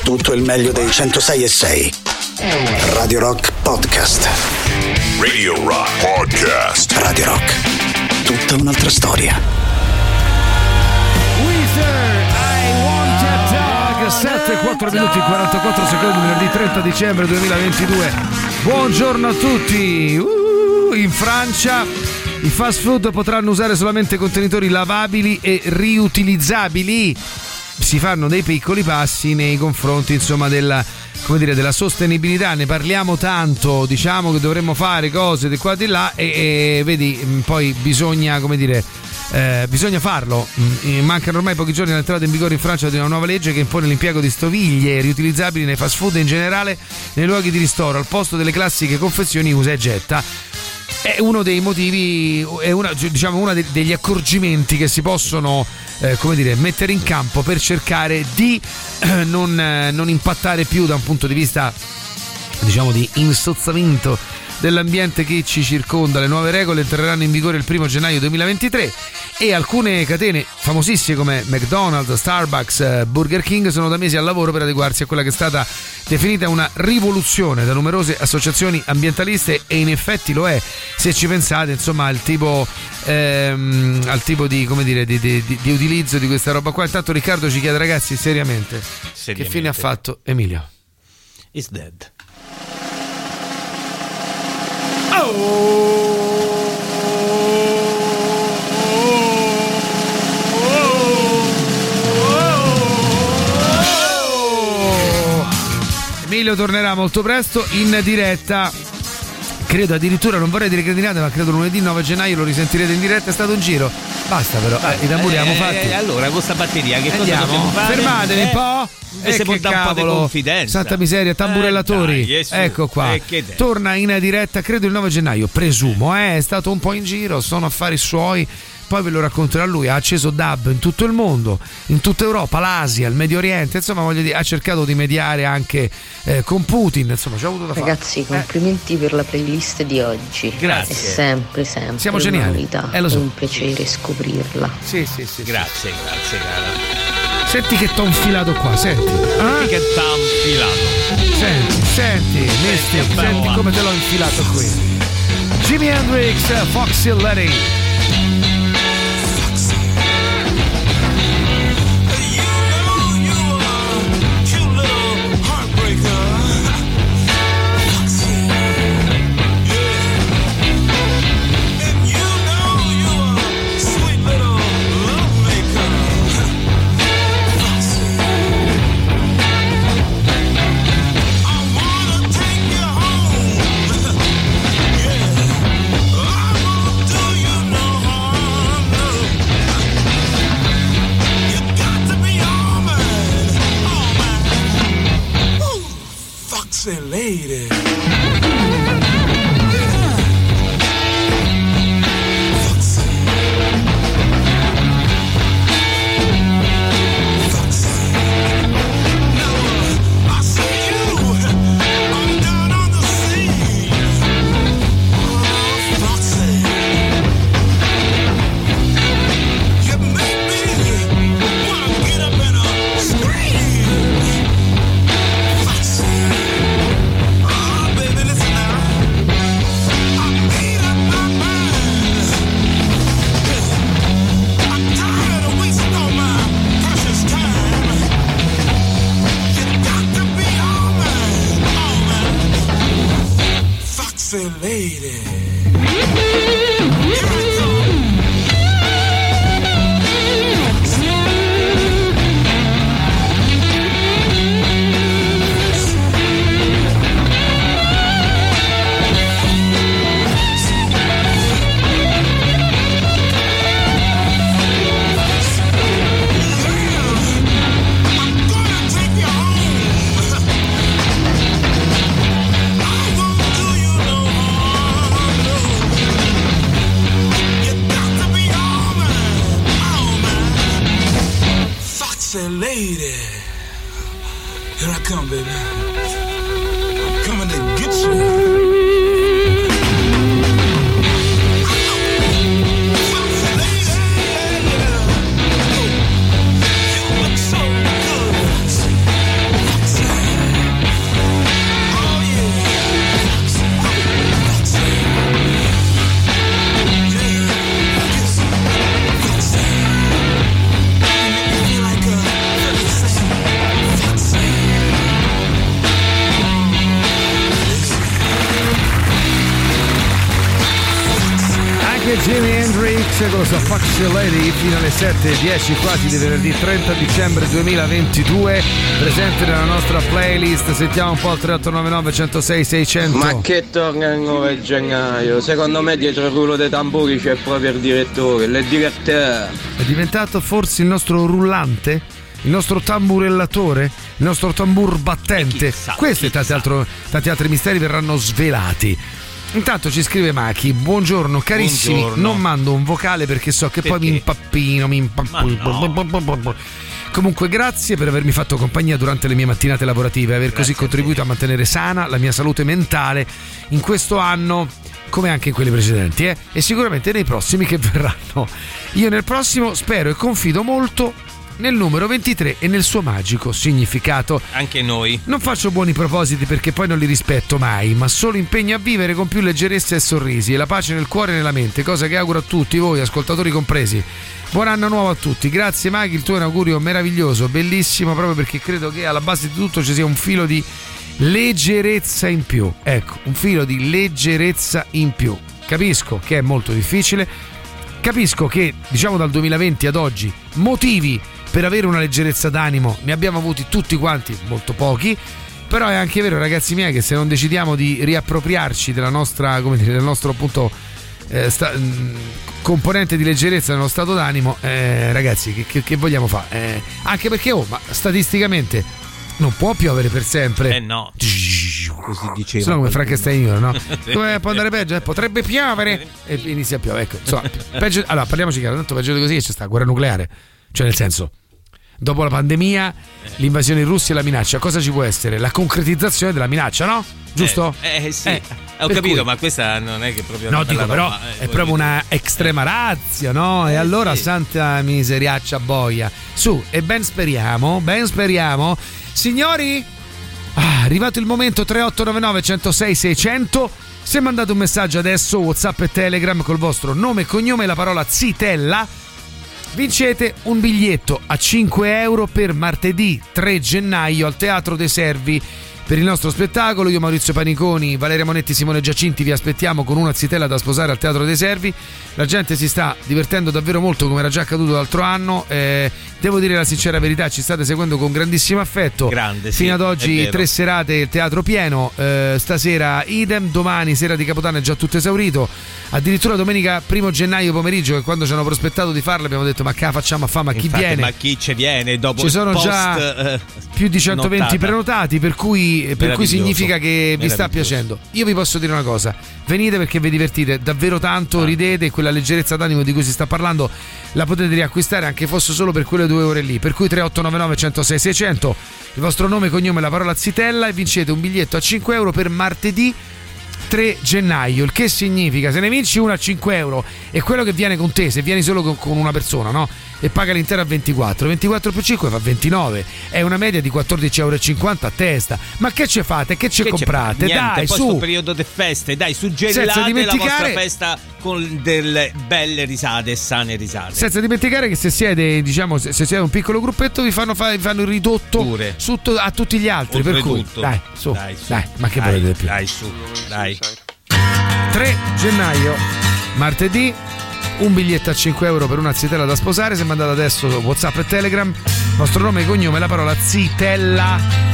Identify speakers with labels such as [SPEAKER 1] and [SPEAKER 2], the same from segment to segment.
[SPEAKER 1] tutto il meglio dei 106.6. Radio Rock Podcast.
[SPEAKER 2] Radio Rock Podcast.
[SPEAKER 1] Radio Rock. Tutta un'altra storia.
[SPEAKER 3] Weezer, I Want a Dog. 7:04 minuti 44 secondi, venerdì 30 dicembre 2022. Buongiorno a tutti. In Francia i fast food potranno usare solamente contenitori lavabili e riutilizzabili. Si fanno dei piccoli passi nei confronti, insomma, della sostenibilità. Ne parliamo tanto, diciamo che dovremmo fare cose di qua di là e vedi, poi bisogna farlo. Mancano ormai pochi giorni all'entrata in vigore in Francia di una nuova legge che impone l'impiego di stoviglie riutilizzabili nei fast food e in generale nei luoghi di ristoro al posto delle classiche confezioni usa e getta. È uno dei motivi, è uno degli accorgimenti che si possono mettere in campo per cercare di non impattare più da un punto di vista, diciamo, di insozzamento dell'ambiente che ci circonda. Le nuove regole entreranno in vigore il 1 gennaio 2023 e alcune catene famosissime come McDonald's, Starbucks, Burger King sono da mesi al lavoro per adeguarsi a quella che è stata definita una rivoluzione da numerose associazioni ambientaliste, e in effetti lo è, se ci pensate, insomma, al tipo di utilizzo di questa roba qua. Intanto Riccardo ci chiede: ragazzi, seriamente. Che fine ha fatto Emilio?
[SPEAKER 4] Is dead.
[SPEAKER 3] Emilio tornerà molto presto in diretta, credo addirittura, non vorrei dire cretinate, ma credo lunedì 9 gennaio lo risentirete in diretta. È stato un giro, basta però, i tamburi abbiamo fatti.
[SPEAKER 4] Allora, con questa batteria che cosa dobbiamo fare?
[SPEAKER 3] Fermatevi un po'.
[SPEAKER 4] E se può dare un po' di confidenza.
[SPEAKER 3] Santa miseria, tamburellatori. Ecco qua. Torna in diretta, credo il 9 gennaio, presumo, è stato un po' in giro, sono affari suoi. Poi ve lo racconterà lui. Ha acceso DAB in tutto il mondo, in tutta Europa, l'Asia, il Medio Oriente, insomma, voglio dire, ha cercato di mediare anche con Putin, insomma, c'ha avuto da fare.
[SPEAKER 5] Ragazzi, complimenti per la playlist di oggi.
[SPEAKER 3] Grazie.
[SPEAKER 5] È sempre
[SPEAKER 3] siamo geniali.
[SPEAKER 5] È
[SPEAKER 3] so.
[SPEAKER 5] un piacere scoprirla.
[SPEAKER 3] Sì.
[SPEAKER 4] Grazie, cara.
[SPEAKER 3] Senti che t'ho infilato qua, senti.
[SPEAKER 4] Senti che t'ho infilato.
[SPEAKER 3] Senti come te l'ho infilato qui. Jimi Hendrix, Foxy Lady.
[SPEAKER 6] Lady. Lady. Lady, here I come, baby. I'm coming to get you.
[SPEAKER 3] Jimi Hendrix con la sua Foxy Lady fino alle 7:10 quasi di venerdì 30 dicembre 2022, presente nella nostra playlist. Sentiamo un po' il 3899 106 600.
[SPEAKER 7] Ma che torna il 9 gennaio? Secondo me dietro il rullo dei tamburi c'è proprio il direttore, le direttore.
[SPEAKER 3] È diventato forse il nostro rullante? Il nostro tamburellatore? Il nostro tambur battente?
[SPEAKER 4] Chissà,
[SPEAKER 3] Questi e tanti altri misteri verranno svelati. Intanto ci scrive Maki: buongiorno carissimi,
[SPEAKER 4] Buongiorno.
[SPEAKER 3] non mando un vocale perché so che poi mi impappino,
[SPEAKER 4] no.
[SPEAKER 3] Comunque grazie per avermi fatto compagnia durante le mie mattinate lavorative, aver così contribuito a mantenere sana la mia salute mentale in questo anno, come anche in quelli precedenti, e sicuramente nei prossimi che verranno. Io nel prossimo spero e confido molto nel numero 23 e nel suo magico significato.
[SPEAKER 4] Anche noi.
[SPEAKER 3] Non faccio buoni propositi perché poi non li rispetto mai, ma solo impegno a vivere con più leggerezza e sorrisi e la pace nel cuore e nella mente, cosa che auguro a tutti voi, ascoltatori compresi. Buon anno nuovo a tutti, grazie Maghi, il tuo è un augurio meraviglioso, bellissimo, proprio perché credo che alla base di tutto ci sia un filo di leggerezza in più. Ecco, un filo di leggerezza in più. Capisco che è molto difficile, capisco che diciamo dal 2020 ad oggi motivi per avere una leggerezza d'animo ne abbiamo avuti tutti quanti, molto pochi, però è anche vero ragazzi miei che se non decidiamo di riappropriarci della nostra, come dire, del nostro appunto componente di leggerezza nello stato d'animo, ragazzi che vogliamo fare? Anche perché ma statisticamente non può piovere per sempre.
[SPEAKER 4] No. Così diceva.
[SPEAKER 3] Sono come Frankenstein, no? Come può andare peggio? Potrebbe piovere e inizia a piovere. Ecco, insomma, peggio, allora parliamoci chiaro, tanto peggio di così c'è sta guerra nucleare. Cioè nel senso, dopo la pandemia, l'invasione in Russia e la minaccia, cosa ci può essere? La concretizzazione della minaccia, no? Giusto?
[SPEAKER 4] Sì. Ho capito, cui, ma questa non è che proprio.
[SPEAKER 3] No, dico, però è proprio una estrema razza, no? E allora, sì. Santa miseriaccia boia. Su, e ben speriamo. Signori, arrivato il momento. 3899 106 600. Se mandate un messaggio adesso, WhatsApp e Telegram col vostro nome e cognome e la parola Zitella, vincete un biglietto a 5 euro per martedì 3 gennaio al Teatro dei Servi per il nostro spettacolo. Io, Maurizio Paniconi, Valeria Monetti, Simone Giacinti vi aspettiamo con una zitella da sposare al Teatro dei Servi. La gente si sta divertendo davvero molto, come era già accaduto l'altro anno. Devo dire la sincera verità, ci state seguendo con grandissimo affetto.
[SPEAKER 4] Grande,
[SPEAKER 3] fino
[SPEAKER 4] sì,
[SPEAKER 3] ad oggi 3 serate il teatro pieno, stasera idem, domani sera di Capodanno è già tutto esaurito. Addirittura domenica 1 gennaio pomeriggio, che quando ci hanno prospettato di farla abbiamo detto ma che la facciamo a fare, ma chi viene?
[SPEAKER 4] Ma chi ci viene dopo?
[SPEAKER 3] Ci sono già più di 120
[SPEAKER 4] nottata.
[SPEAKER 3] Prenotati, per cui significa che vi sta piacendo. Io vi posso dire una cosa: venite perché vi divertite davvero tanto, ridete, quella leggerezza d'animo di cui si sta parlando la potete riacquistare anche fosse solo per quelle 2 ore lì. Per cui 3899 106 600, il vostro nome, cognome, la parola Zitella, e vincete un biglietto a 5 euro per martedì 3 gennaio, il che significa se ne vinci uno a 5 euro e quello che viene con te, se vieni solo con una persona, no? E paga l'intero a 24 più 5 fa 29, è una media di 14,50 euro a testa. Ma che ci fate? Che ci comprate?
[SPEAKER 4] Niente,
[SPEAKER 3] dai,
[SPEAKER 4] poi
[SPEAKER 3] su
[SPEAKER 4] sto periodo di feste, dai, suggellate la vostra festa con delle belle risate, sane risate. Senza
[SPEAKER 3] dimenticare che se siete, diciamo, se siete un piccolo gruppetto vi fanno il ridotto a tutti gli altri. Per cui dai, su, dai, ma che volete di più?
[SPEAKER 4] Dai, su, dai.
[SPEAKER 3] 3 gennaio, martedì, un biglietto a 5 euro per una zitella da sposare. Se mandate adesso WhatsApp e Telegram, vostro nome e cognome, la parola Zitella.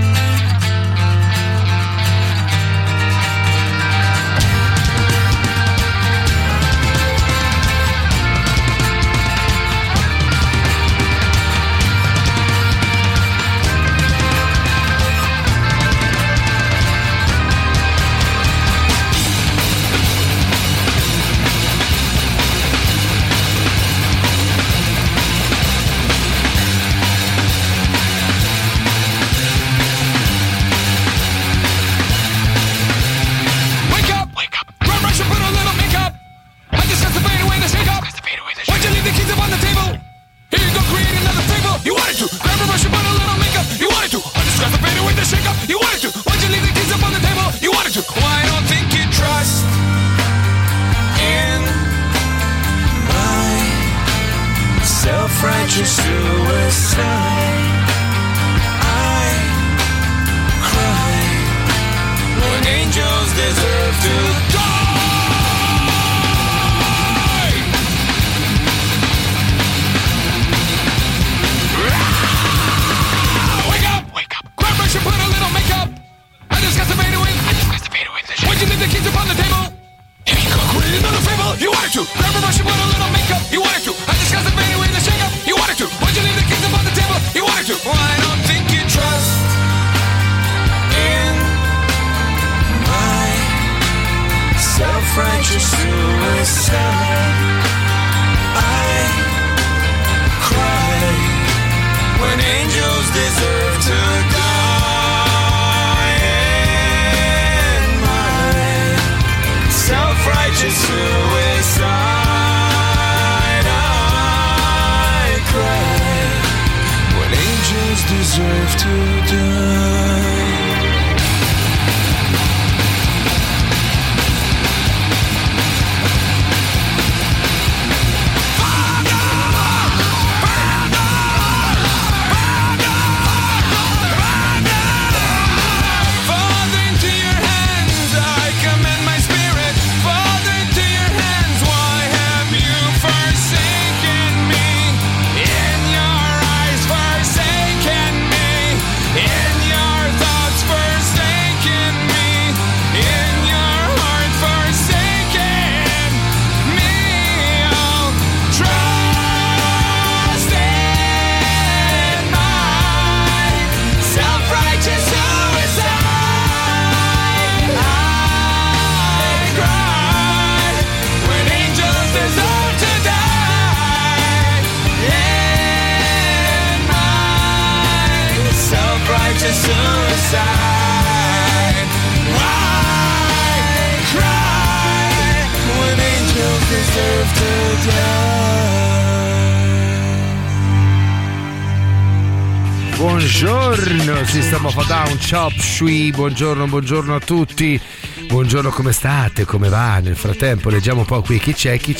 [SPEAKER 6] Self-righteous suicide. I cry when angels deserve to die. self-righteous suicide. I cry when angels deserve to die. In my self-righteous suicide, I cry when angels deserve to die. Suicide. I cry when angels deserve to die.
[SPEAKER 3] Buongiorno, si stiamo facendo un chop shui. Buongiorno a tutti. Buongiorno, come state? Come va? Nel frattempo leggiamo un po' qui chi c'è che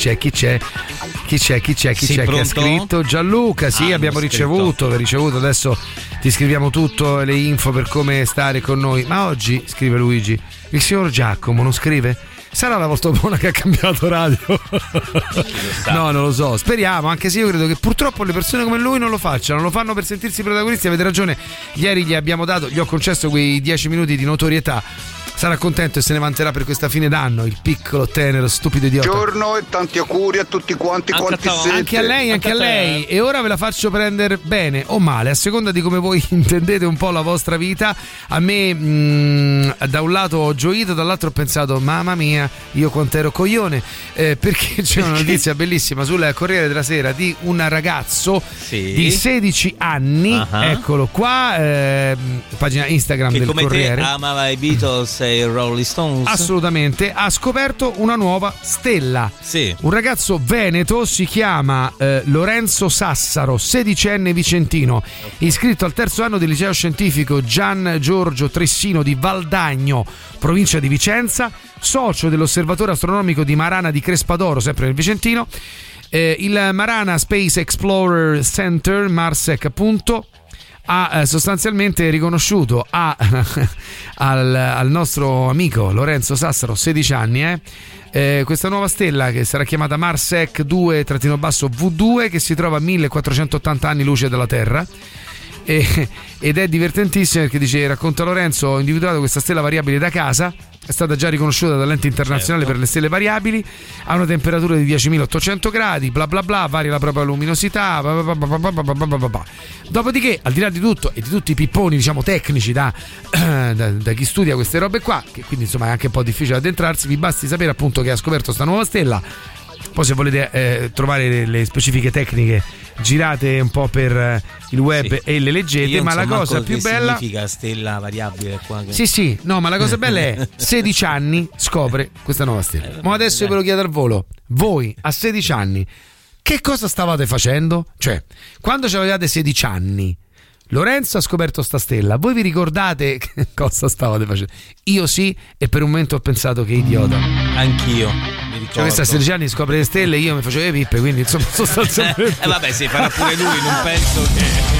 [SPEAKER 3] ha scritto. Gianluca, sì, abbiamo ricevuto adesso ti scriviamo tutto, le info per come stare con noi. Ma oggi, scrive Luigi, il signor Giacomo non scrive? Sarà la volta buona che ha cambiato radio? No, non lo so, speriamo, anche se io credo che purtroppo le persone come lui non lo facciano, lo fanno per sentirsi protagonisti. Avete ragione, ieri gli ho concesso quei 10 minuti di notorietà. Sarà contento e se ne vanterà per questa fine d'anno, il piccolo, tenero, stupido idiota.
[SPEAKER 8] Buongiorno e tanti auguri a tutti quanti siete.
[SPEAKER 3] Anche a lei. E ora ve la faccio prendere bene o male, a seconda di come voi intendete un po' la vostra vita. A me da un lato ho gioito, dall'altro ho pensato, mamma mia, io quant'ero coglione, perché c'è una notizia bellissima sul Corriere della Sera di un ragazzo di 16 anni, eccolo qua, pagina Instagram
[SPEAKER 4] che
[SPEAKER 3] del
[SPEAKER 4] come
[SPEAKER 3] Corriere.
[SPEAKER 4] Te amava i Beatles e i Rolling Stones.
[SPEAKER 3] Assolutamente, ha scoperto una nuova stella.
[SPEAKER 4] Sì.
[SPEAKER 3] Un ragazzo veneto, si chiama Lorenzo Sassaro, 16enne vicentino, iscritto al terzo anno del liceo scientifico Gian Giorgio Tressino di Valdagno, provincia di Vicenza, socio dell'osservatorio astronomico di Marana di Crespadoro, sempre nel Vicentino. Il Marana Space Explorer Center, Marsec appunto, ha sostanzialmente riconosciuto al nostro amico Lorenzo Sassaro, 16 anni, questa nuova stella che sarà chiamata Marsec 2-V2, che si trova a 1480 anni luce dalla Terra. Ed è divertentissimo perché dice, racconta Lorenzo, ho individuato questa stella variabile da casa, è stata già riconosciuta dall'ente internazionale per le stelle variabili, ha una temperatura di 10.800 gradi, bla bla bla, varia la propria luminosità, dopodiché, al di là di tutto e di tutti i pipponi, diciamo, tecnici da chi studia queste robe qua, che quindi insomma è anche un po' difficile addentrarsi, vi basti sapere appunto che ha scoperto questa nuova stella. Poi se volete trovare le specifiche tecniche, girate un po' per il web e le leggete, ma la cosa più bella
[SPEAKER 4] significa stella variabile qua che...
[SPEAKER 3] Sì, no, ma la cosa bella è 16 anni scopre questa nuova stella. Ma adesso io ve lo chiedo al volo, voi a 16 anni che cosa stavate facendo? Cioè, quando avevate 16 anni Lorenzo ha scoperto sta stella, voi vi ricordate che cosa stavate facendo? Io sì, e per un momento ho pensato che idiota.
[SPEAKER 4] Anch'io mi ricordo.
[SPEAKER 3] Cioè, questa a 16 anni scopre le stelle, io mi facevo le pippe, quindi insomma sostanzialmente
[SPEAKER 4] vabbè, sì, farà pure lui, non penso che...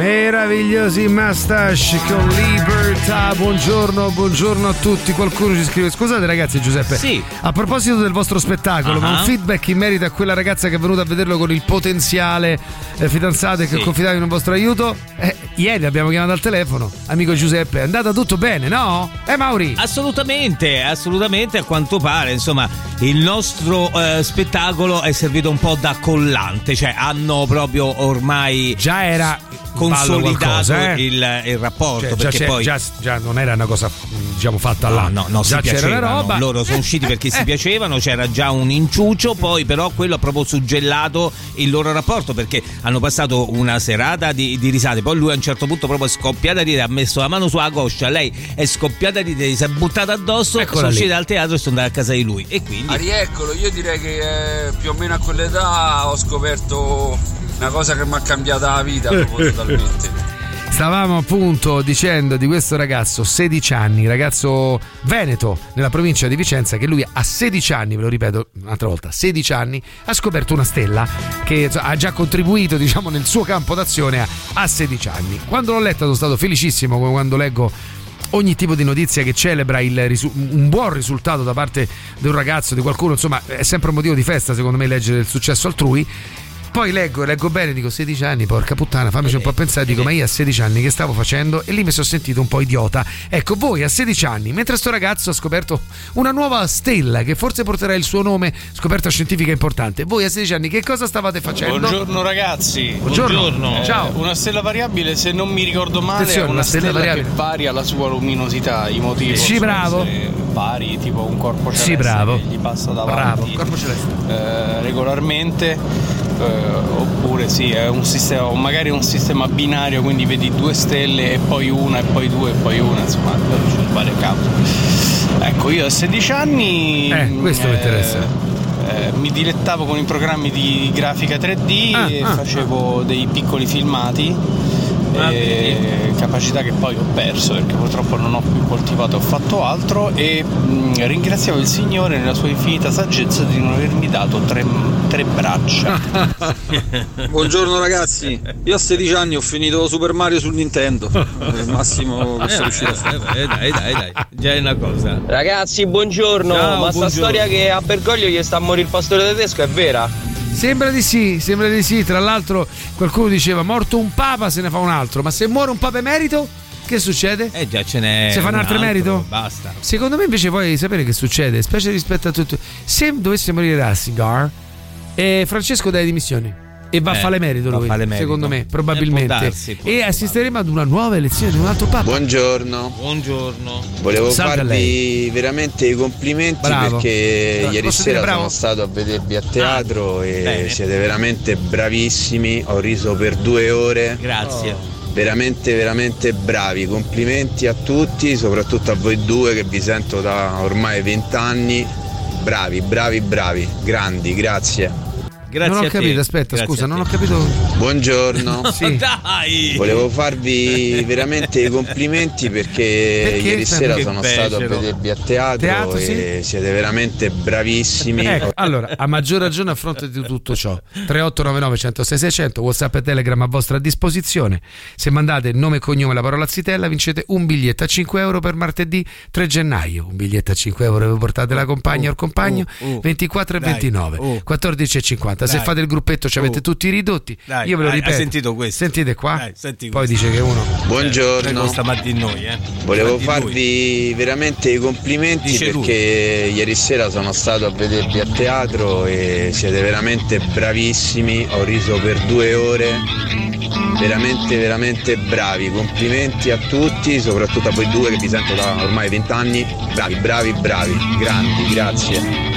[SPEAKER 3] Meravigliosi Mustache con Libertà. Buongiorno a tutti. Qualcuno ci scrive: scusate ragazzi, Giuseppe,
[SPEAKER 4] sì,
[SPEAKER 3] a proposito del vostro spettacolo, ma un feedback in merito a quella ragazza che è venuta a vederlo con il potenziale fidanzato e che confidava in un vostro aiuto. Ieri abbiamo chiamato al telefono, amico Giuseppe, è andata tutto bene, no? Mauri?
[SPEAKER 4] Assolutamente, a quanto pare, insomma, il nostro spettacolo è servito un po' da collante, cioè hanno proprio ormai
[SPEAKER 3] già era
[SPEAKER 4] consolidato
[SPEAKER 3] qualcosa,
[SPEAKER 4] il rapporto,
[SPEAKER 3] cioè,
[SPEAKER 4] perché poi
[SPEAKER 3] già non era una cosa, diciamo, fatta là.
[SPEAKER 4] No,
[SPEAKER 3] già
[SPEAKER 4] si
[SPEAKER 3] c'era la roba.
[SPEAKER 4] Loro sono usciti perché si piacevano, c'era già un inciucio, poi però quello ha proprio suggellato il loro rapporto, perché hanno passato una serata di risate, poi lui a un certo punto proprio è scoppiata a ridere, ha messo la mano sulla coscia, lei è scoppiata a ridere, si è buttata addosso, sono usciti dal teatro e sono andati a casa di lui, e quindi
[SPEAKER 9] rieccolo, io direi che più o meno a quell'età ho scoperto una cosa che mi ha cambiato la vita proprio totalmente.
[SPEAKER 3] Stavamo appunto dicendo di questo ragazzo, 16 anni, ragazzo veneto nella provincia di Vicenza, che lui a 16 anni, ve lo ripeto un'altra volta, 16 anni, ha scoperto una stella che ha già contribuito, diciamo, nel suo campo d'azione a 16 anni. Quando l'ho letta sono stato felicissimo, come quando leggo ogni tipo di notizia che celebra un buon risultato da parte di un ragazzo, di qualcuno, insomma è sempre un motivo di festa secondo me leggere il successo altrui. Poi leggo bene, dico 16 anni, porca puttana, fammici un po' pensare, dico ma io a 16 anni che stavo facendo? E lì mi sono sentito un po' idiota. Ecco, voi a 16 anni, mentre sto ragazzo ha scoperto una nuova stella che forse porterà il suo nome, scoperta scientifica importante, voi a 16 anni che cosa stavate facendo?
[SPEAKER 10] Buongiorno ragazzi.
[SPEAKER 3] Buongiorno. Ciao.
[SPEAKER 10] Una stella variabile, se non mi ricordo male,
[SPEAKER 3] attenzione,
[SPEAKER 10] è una stella che varia la sua luminosità, i motivi
[SPEAKER 3] sì, bravo.
[SPEAKER 10] Vari, tipo un corpo celeste,
[SPEAKER 3] sì, bravo,
[SPEAKER 10] che gli passa davanti,
[SPEAKER 3] corpo celeste,
[SPEAKER 10] regolarmente. Oppure sì, è un sistema, o magari un sistema binario, quindi vedi 2 stelle e poi una e poi 2 e poi una, insomma c'è varie cause. Ecco, io a 16 anni
[SPEAKER 3] questo mi interessa.
[SPEAKER 10] Mi dilettavo con i programmi di grafica 3D e facevo dei piccoli filmati, capacità che poi ho perso perché purtroppo non ho più coltivato, ho fatto altro, e ringraziavo il Signore nella sua infinita saggezza di non avermi dato tre braccia.
[SPEAKER 9] Buongiorno ragazzi, io a 16 anni ho finito Super Mario sul Nintendo, il massimo che sono riuscito a fare.
[SPEAKER 4] Dai, già è una cosa.
[SPEAKER 7] Ragazzi, buongiorno.
[SPEAKER 4] Ciao,
[SPEAKER 7] ma sta storia che a Bergoglio gli sta a morire il pastore tedesco è vera?
[SPEAKER 3] Sembra di sì. Tra l'altro qualcuno diceva morto un papa se ne fa un altro, ma se muore un papa emerito che succede?
[SPEAKER 4] Già ce n'è.
[SPEAKER 3] Se fa un altro emerito?
[SPEAKER 4] Basta.
[SPEAKER 3] Secondo me invece vuoi sapere che succede, specie rispetto a tutto. Se dovesse morire Ratzinger, Francesco dà le dimissioni e va a fare l'emerito lui, secondo me, probabilmente. E assisteremo ad una nuova elezione di un altro papa.
[SPEAKER 11] Buongiorno. Volevo farvi veramente i complimenti perché ieri sera sono stato a vedervi a teatro e siete veramente bravissimi, ho riso per 2 ore.
[SPEAKER 4] Grazie.
[SPEAKER 11] Veramente bravi, complimenti a tutti, soprattutto a voi due che vi sento da ormai 20 anni. Bravi, grandi, grazie.
[SPEAKER 4] Grazie.
[SPEAKER 3] Non ho capito, aspetta, grazie, scusa, non ho capito.
[SPEAKER 11] Buongiorno.
[SPEAKER 3] Sì.
[SPEAKER 4] Dai.
[SPEAKER 11] Volevo farvi veramente i complimenti perché ieri sera sono stato a vedervi a teatro e siete veramente bravissimi.
[SPEAKER 3] Ecco, allora, a maggior ragione a fronte di tutto ciò, 3899 106 600, WhatsApp e Telegram a vostra disposizione. Se mandate il nome e cognome e la parola zitella vincete un biglietto a 5 euro per martedì 3 gennaio. Un biglietto a 5 euro che portate la compagna o il compagno, 24 e 29, 14 e 50. Se fate il gruppetto ci avete tutti i ridotti. Io ve lo ripeto.
[SPEAKER 4] Hai sentito questo?
[SPEAKER 3] Sentite qua.
[SPEAKER 4] Senti
[SPEAKER 3] poi
[SPEAKER 4] questo.
[SPEAKER 3] dice che uno.
[SPEAKER 11] Buongiorno.
[SPEAKER 4] Stamattina noi,
[SPEAKER 11] Volevo farvi veramente i complimenti perché ieri sera sono stato a vedervi a teatro e siete veramente bravissimi. Ho riso per 2 ore. Veramente bravi. Complimenti a tutti, soprattutto a voi due che vi sento da ormai 20 anni. Bravi. Grandi, grazie.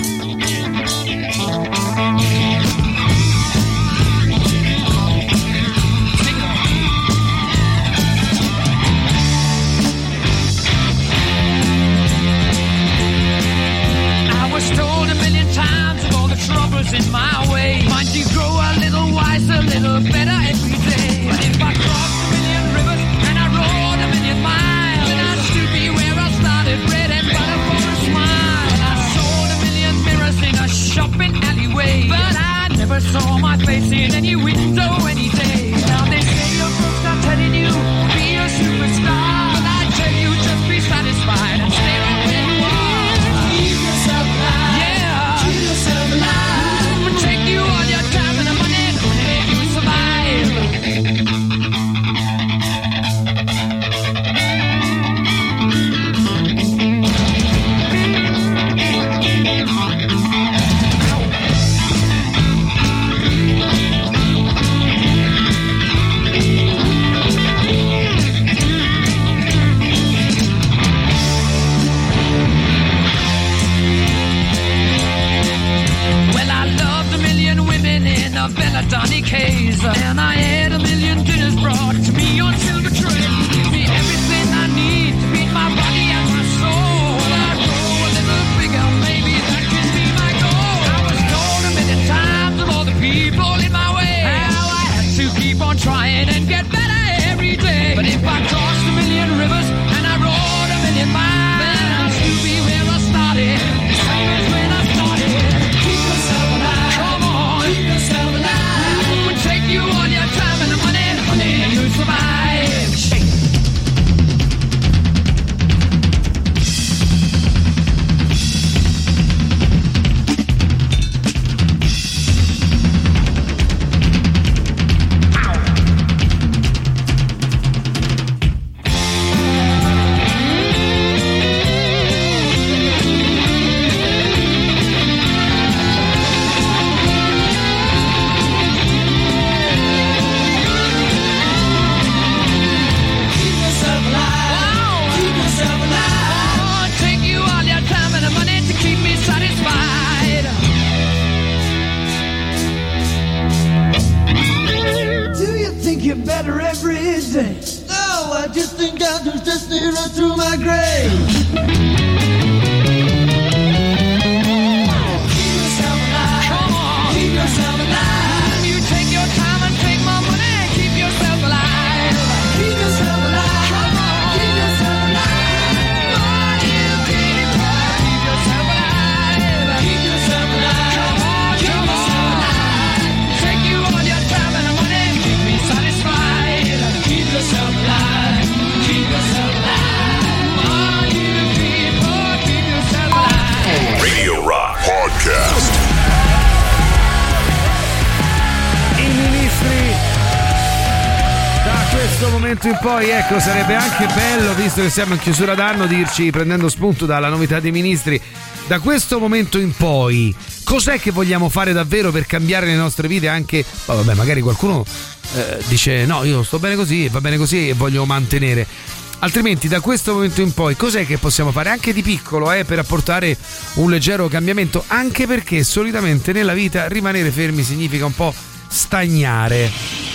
[SPEAKER 6] In my way, might you grow a little wiser, a little better every day. But if I crossed a million rivers and I rode a million miles, then I'd still be where I started, bread and butter for a smile. And I sold a million mirrors in a shopping alleyway, but I never saw my face in any window any day. Now they say your books are telling get better every day. No, I just think I'll just stay right through my grave.
[SPEAKER 3] Da questo momento in poi, ecco, sarebbe anche bello, visto che siamo in chiusura d'anno, dirci, prendendo spunto dalla novità dei ministri, da questo momento in poi cos'è che vogliamo fare davvero per cambiare le nostre vite? Anche, vabbè, magari qualcuno dice no, io sto bene così, va bene così e voglio mantenere. Altrimenti da questo momento in poi cos'è che possiamo fare anche di piccolo per apportare un leggero cambiamento, anche perché solitamente nella vita rimanere fermi significa un po' stagnare.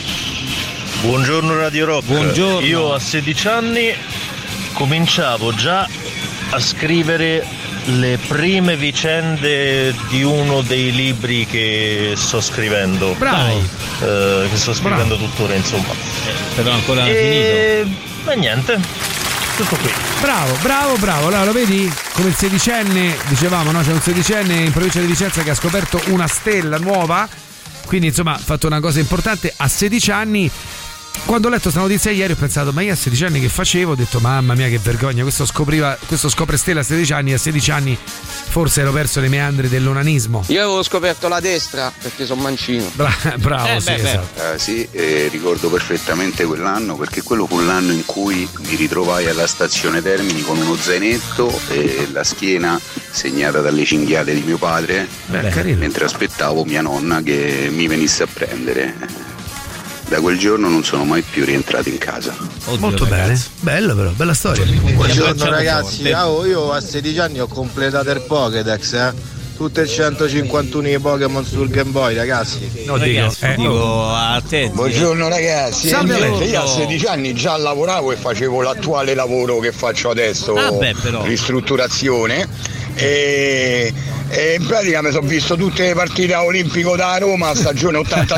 [SPEAKER 12] Buongiorno Radio Rock.
[SPEAKER 4] Buongiorno.
[SPEAKER 12] Io a 16 anni cominciavo già a scrivere le prime vicende di uno dei libri che sto scrivendo.
[SPEAKER 3] Bravo.
[SPEAKER 12] Che sto scrivendo tuttora, insomma.
[SPEAKER 4] Però ancora non finito.
[SPEAKER 12] E niente, tutto qui.
[SPEAKER 3] Bravo. Allora lo vedi? Come il sedicenne, dicevamo, no? C'è un sedicenne in provincia di Vicenza che ha scoperto una stella nuova. Quindi insomma ha fatto una cosa importante a 16 anni. Quando ho letto questa notizia ieri ho pensato, ma io a 16 anni che facevo? Ho detto, mamma mia che vergogna, questo scopre stella a 16 anni, a 16 anni forse ero perso nei meandri dell'onanismo.
[SPEAKER 7] Io avevo scoperto la destra perché sono mancino.
[SPEAKER 3] Bravo, sì, esatto.
[SPEAKER 8] Sì, ricordo perfettamente quell'anno, perché quello fu l'anno in cui mi ritrovai alla stazione Termini con uno zainetto e la schiena segnata dalle cinghiate di mio padre, mentre aspettavo mia nonna che mi venisse a prendere. Da quel giorno non sono mai più rientrato in casa.
[SPEAKER 3] Molto bene, bello però, bella storia.
[SPEAKER 13] Buongiorno ragazzi, io a 16 anni ho completato il Pokédex, tutte 151 i Pokémon sul Game Boy, ragazzi.
[SPEAKER 3] No, dico
[SPEAKER 4] a te.
[SPEAKER 8] Buongiorno ragazzi, io a 16 anni già lavoravo e facevo l'attuale lavoro che faccio adesso, ristrutturazione, e in pratica mi sono visto tutte le partite a Olimpico da Roma stagione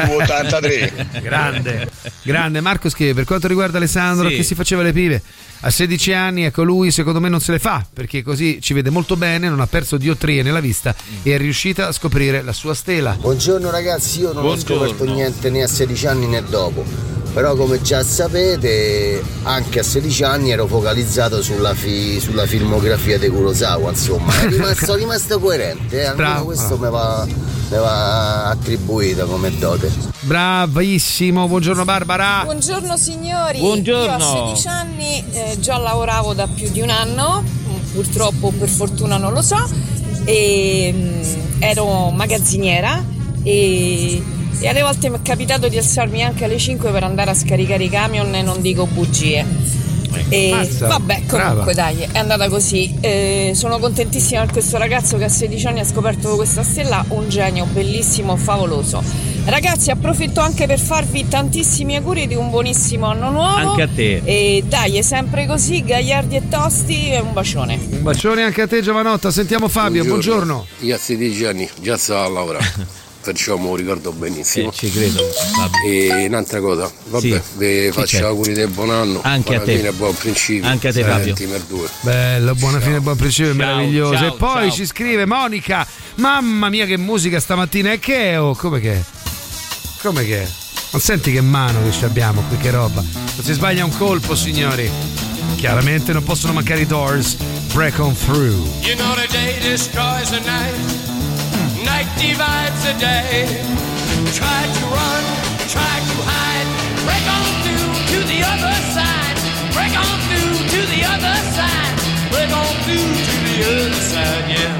[SPEAKER 8] 82-83.
[SPEAKER 3] Grande. Marco scrive, per quanto riguarda Alessandro che si faceva le pive a 16 anni, ecco, lui secondo me non se le fa, perché così ci vede molto bene, non ha perso diottrie nella vista e è riuscita a scoprire la sua stela.
[SPEAKER 14] Buongiorno ragazzi, io non ho scoperto niente né a 16 anni né dopo, però come già sapete anche a 16 anni ero focalizzato sulla filmografia di Kurosawa, insomma sono rimasto coerente, almeno questo mi va attribuita come dote.
[SPEAKER 3] Bravissimo, buongiorno Barbara.
[SPEAKER 15] Buongiorno signori.
[SPEAKER 3] Buongiorno.
[SPEAKER 15] Io a 16 anni già lavoravo da più di un anno, purtroppo o per fortuna non lo so, e ero magazziniera e alle volte mi è capitato di alzarmi anche alle 5 per andare a scaricare i camion e non dico bugie. E vabbè, comunque dai, è andata così. Sono contentissima per questo ragazzo che a 16 anni ha scoperto questa stella, un genio bellissimo, favoloso. Ragazzi, approfitto anche per farvi tantissimi auguri di un buonissimo anno nuovo.
[SPEAKER 4] Anche a te.
[SPEAKER 15] E dai, è sempre così, gagliardi e tosti, e un bacione.
[SPEAKER 3] Un bacione anche a te Giovanotta. Sentiamo Fabio, buongiorno.
[SPEAKER 16] Io a 16 anni già stavo a lavorare. Perciò me lo ricordo benissimo.
[SPEAKER 4] Ci credo.
[SPEAKER 16] E un'altra cosa, vabbè, vi faccio auguri del buon anno.
[SPEAKER 4] Anche a te.
[SPEAKER 16] Fine, buon principio.
[SPEAKER 4] Anche a te Fabio.
[SPEAKER 3] Bello, buona fine, buon principio, meraviglioso.
[SPEAKER 4] Ciao,
[SPEAKER 3] e poi ci scrive Monica, mamma mia che musica stamattina. E che è? Come che è? Come che è? Non senti che mano che ci abbiamo qui, che roba. Non si sbaglia un colpo, signori. Chiaramente non possono mancare i Doors. Break on through.
[SPEAKER 6] You know the day destroys the night. Night divides the day. Try to run, try to hide. Break on through to the other side. Break on through to the other side. Break on through to the other side, yeah.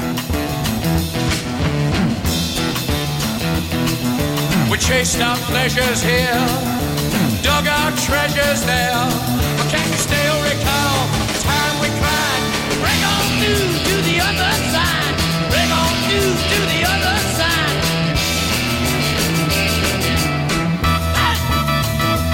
[SPEAKER 6] We chased our pleasures here, dug our treasures there. But can you still recall the time we cried? Break on through to the other side. Break on through to the other side.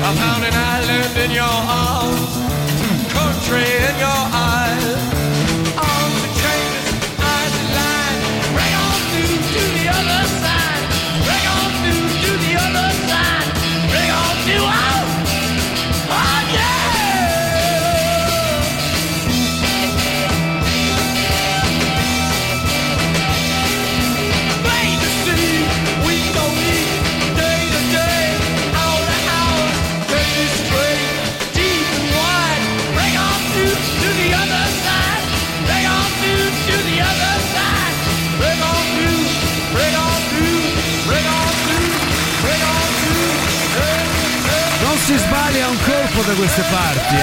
[SPEAKER 6] I found an island in your arms, country in your eyes. Arms and chains, eyes and lines. Bring on through to the other side. Bring on through to the other side. Bring on through, oh yeah! Plain to see, week to week, day to day, hour to hour, very straight, deep and wide. Bring on through to the other side. Bring on through to the other side. Bring on through, bring on through, bring on through, bring on through.
[SPEAKER 3] Non si sbaglia un colpo da queste parti,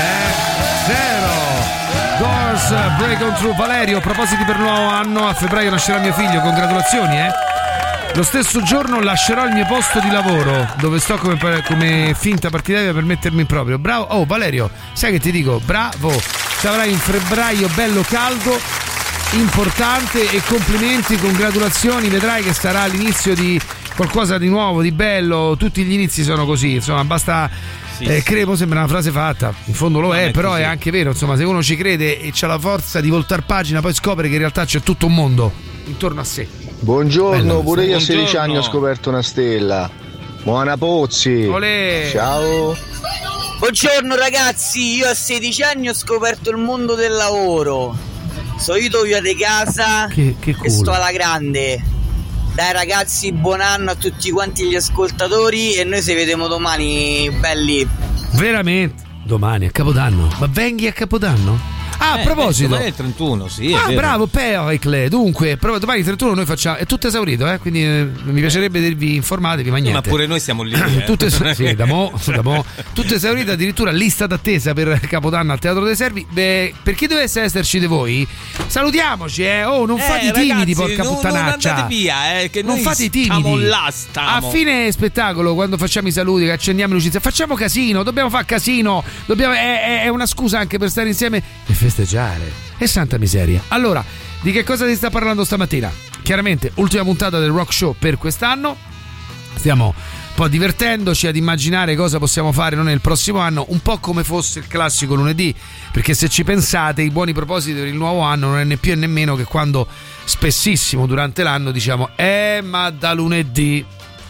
[SPEAKER 3] zero. Doors, Break On Through. Valerio, propositi per il nuovo anno, a febbraio nascerà mio figlio, congratulazioni. Lo stesso giorno lascerò il mio posto di lavoro, dove sto come finta partidaria per mettermi in proprio. Bravo, oh Valerio, sai che ti dico? Bravo, ci avrai un febbraio bello caldo, importante, e complimenti, congratulazioni, vedrai che sarà l'inizio di qualcosa di nuovo, di bello. Tutti gli inizi sono così, insomma, basta. Credo, sembra una frase fatta, in fondo lo è, però è anche vero, insomma, se uno ci crede e c'ha la forza di voltar pagina, poi scopre che in realtà c'è tutto un mondo intorno a sé.
[SPEAKER 13] Buongiorno,
[SPEAKER 3] Bello,
[SPEAKER 13] pure io a 16
[SPEAKER 3] buongiorno.
[SPEAKER 13] anni ho scoperto una stella. Buona Pozzi.
[SPEAKER 3] Olè.
[SPEAKER 13] Ciao.
[SPEAKER 17] Buongiorno ragazzi, io a 16 anni ho scoperto il mondo del lavoro. Sono io via di casa
[SPEAKER 3] che
[SPEAKER 17] e
[SPEAKER 3] culo.
[SPEAKER 17] sto alla grande. Dai ragazzi, buon anno a tutti quanti gli ascoltatori e noi ci vediamo domani, belli.
[SPEAKER 3] Veramente? Domani a Capodanno? Ma venghi a Capodanno? Ah, a proposito,
[SPEAKER 4] domani è il 31, sì.
[SPEAKER 3] Ah,
[SPEAKER 4] è vero.
[SPEAKER 3] bravo Pericle. Dunque, domani il 31 noi facciamo. È tutto esaurito, quindi mi piacerebbe dirvi, informatevi, ma niente.
[SPEAKER 4] Ma pure noi siamo lì.
[SPEAKER 3] Tutto sì, da mo. Tutto esaurito, addirittura lista d'attesa per Capodanno al Teatro dei Servi. Beh, per chi dovesse esserci di voi, salutiamoci, Oh, non fate i timidi,
[SPEAKER 4] ragazzi,
[SPEAKER 3] porca puttanaccia.
[SPEAKER 4] Non andate via, che
[SPEAKER 3] non
[SPEAKER 4] noi
[SPEAKER 3] fate i
[SPEAKER 4] stiamo
[SPEAKER 3] timidi.
[SPEAKER 4] là,
[SPEAKER 3] A fine spettacolo, quando facciamo i saluti, che accendiamo le luci, facciamo casino, dobbiamo fare casino. È una scusa anche per stare insieme e festeggiare. E santa miseria. Allora, di che cosa si sta parlando stamattina? Chiaramente, ultima puntata del Rock Show per quest'anno. Stiamo un po' divertendoci ad immaginare cosa possiamo fare noi nel prossimo anno, un po' come fosse il classico lunedì, perché se ci pensate, i buoni propositi per il nuovo anno non è né più e nemmeno che quando spessissimo durante l'anno diciamo ma da lunedì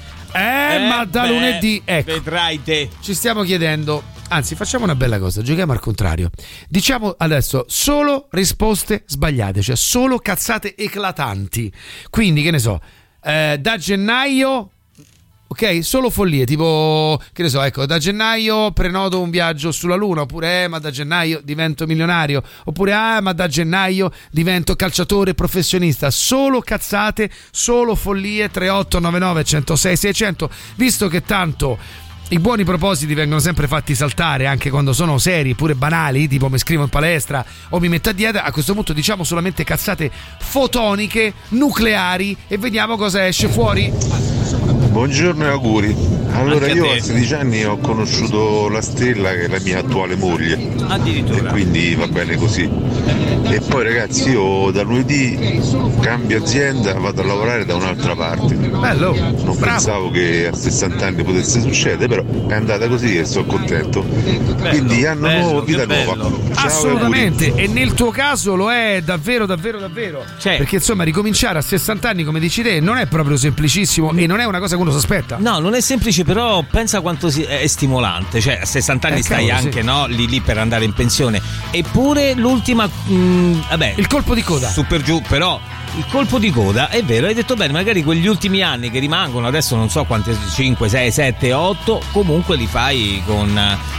[SPEAKER 3] lunedì, ecco,
[SPEAKER 4] vedrai te.
[SPEAKER 3] ci stiamo chiedendo. Anzi, facciamo una bella cosa, giochiamo al contrario. Diciamo adesso solo risposte sbagliate, cioè solo cazzate eclatanti. Quindi, che ne so, da gennaio, ok, solo follie, tipo, che ne so, ecco, da gennaio prenoto un viaggio sulla Luna, oppure ma da gennaio divento milionario, oppure ma da gennaio divento calciatore professionista. Solo cazzate, solo follie. 3899 106 600. Visto che tanto i buoni propositi vengono sempre fatti saltare anche quando sono seri, pure banali, tipo mi iscrivo in palestra o mi metto a dieta, a questo punto diciamo solamente cazzate fotoniche, nucleari, e vediamo cosa esce fuori.
[SPEAKER 18] Buongiorno e auguri. Allora,
[SPEAKER 4] Anche a
[SPEAKER 18] io
[SPEAKER 4] te.
[SPEAKER 18] a 16 anni ho conosciuto la Stella, che è la mia attuale moglie.
[SPEAKER 4] Addirittura.
[SPEAKER 18] E quindi va bene così. E poi ragazzi, io da lunedì cambio azienda, vado a lavorare da un'altra parte.
[SPEAKER 3] Bello.
[SPEAKER 18] Non pensavo che a 60 anni potesse succedere, però è andata così e sono contento. Quindi anno nuovo, vita nuova. Ciao,
[SPEAKER 3] Assolutamente,
[SPEAKER 18] auguri.
[SPEAKER 3] e nel tuo caso lo è davvero. Perché insomma ricominciare a 60 anni, come dici te, non è proprio semplicissimo e non è una cosa che uno si aspetta.
[SPEAKER 4] No, non è semplice, però pensa quanto è stimolante. Cioè, a 60 anni stai
[SPEAKER 3] cavolo,
[SPEAKER 4] anche
[SPEAKER 3] sì.
[SPEAKER 4] lì per andare in pensione. Eppure l'ultima, vabbè,
[SPEAKER 3] il colpo di coda.
[SPEAKER 4] Su per giù, però il colpo di coda, è vero, hai detto bene, magari quegli ultimi anni che rimangono, adesso non so quante, 5, 6, 7, 8, comunque li fai con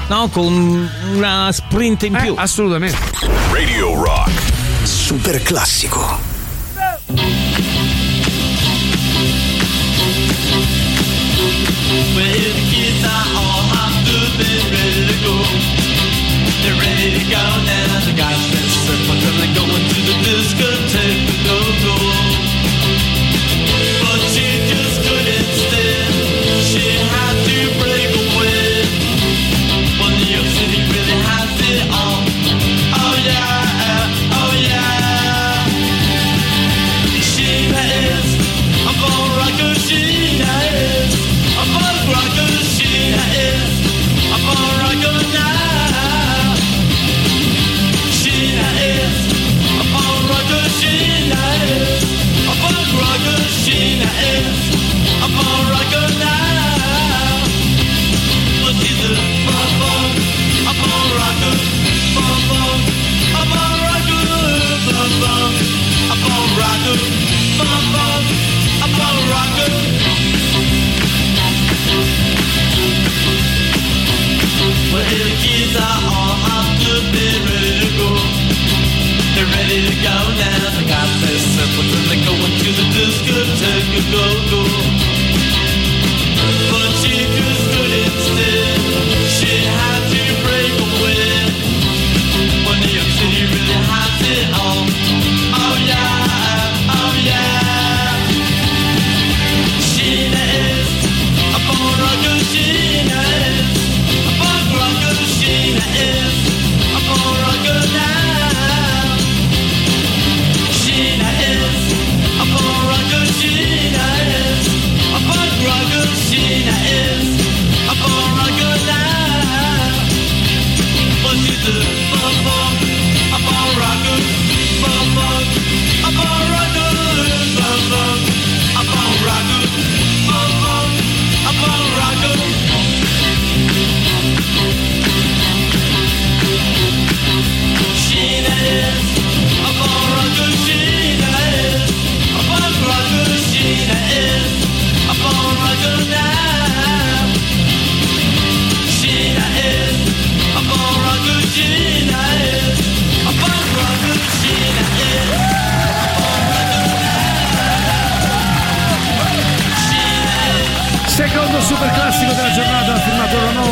[SPEAKER 4] una sprint in più.
[SPEAKER 3] Assolutamente.
[SPEAKER 2] Radio Rock.
[SPEAKER 1] Super classico.
[SPEAKER 6] Well, the kids are all hopped up and ready to go. They're ready to go now. The guys dressed up until they're going to the discotheque to go. But she just couldn't stand. She had to break away. But New York City really has it all. Oh yeah, oh yeah. She is a ball rocker. She is a ball rocker.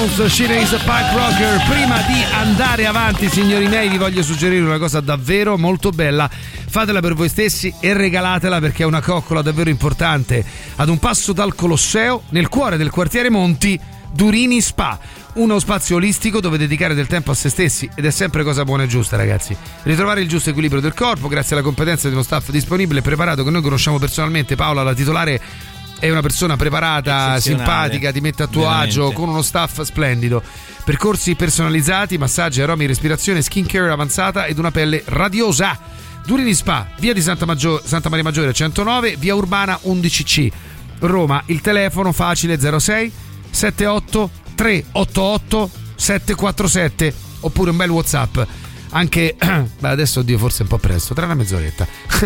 [SPEAKER 3] House, Sheena is a punk rocker. Prima di andare avanti, signori miei, vi voglio suggerire una cosa davvero molto bella. Fatela per voi stessi e regalatela, perché è una coccola davvero importante. Ad un passo dal Colosseo, nel cuore del quartiere Monti, Durini Spa, uno spazio olistico dove dedicare del tempo a se stessi, ed è sempre cosa buona e giusta, ragazzi. Ritrovare il giusto equilibrio del corpo grazie alla competenza di uno staff disponibile e preparato che noi conosciamo personalmente. Paola, la titolare, è una persona preparata, simpatica, ti mette a tuo agio, con uno staff splendido. Percorsi personalizzati, massaggi, aromi, respirazione, skincare avanzata ed una pelle radiosa. Durini Spa, via di Santa Maria Maggiore 109, via Urbana 11C, Roma. Il telefono facile 06 78 388 747, oppure un bel WhatsApp anche adesso, oddio, forse è un po' presto, tra una mezz'oretta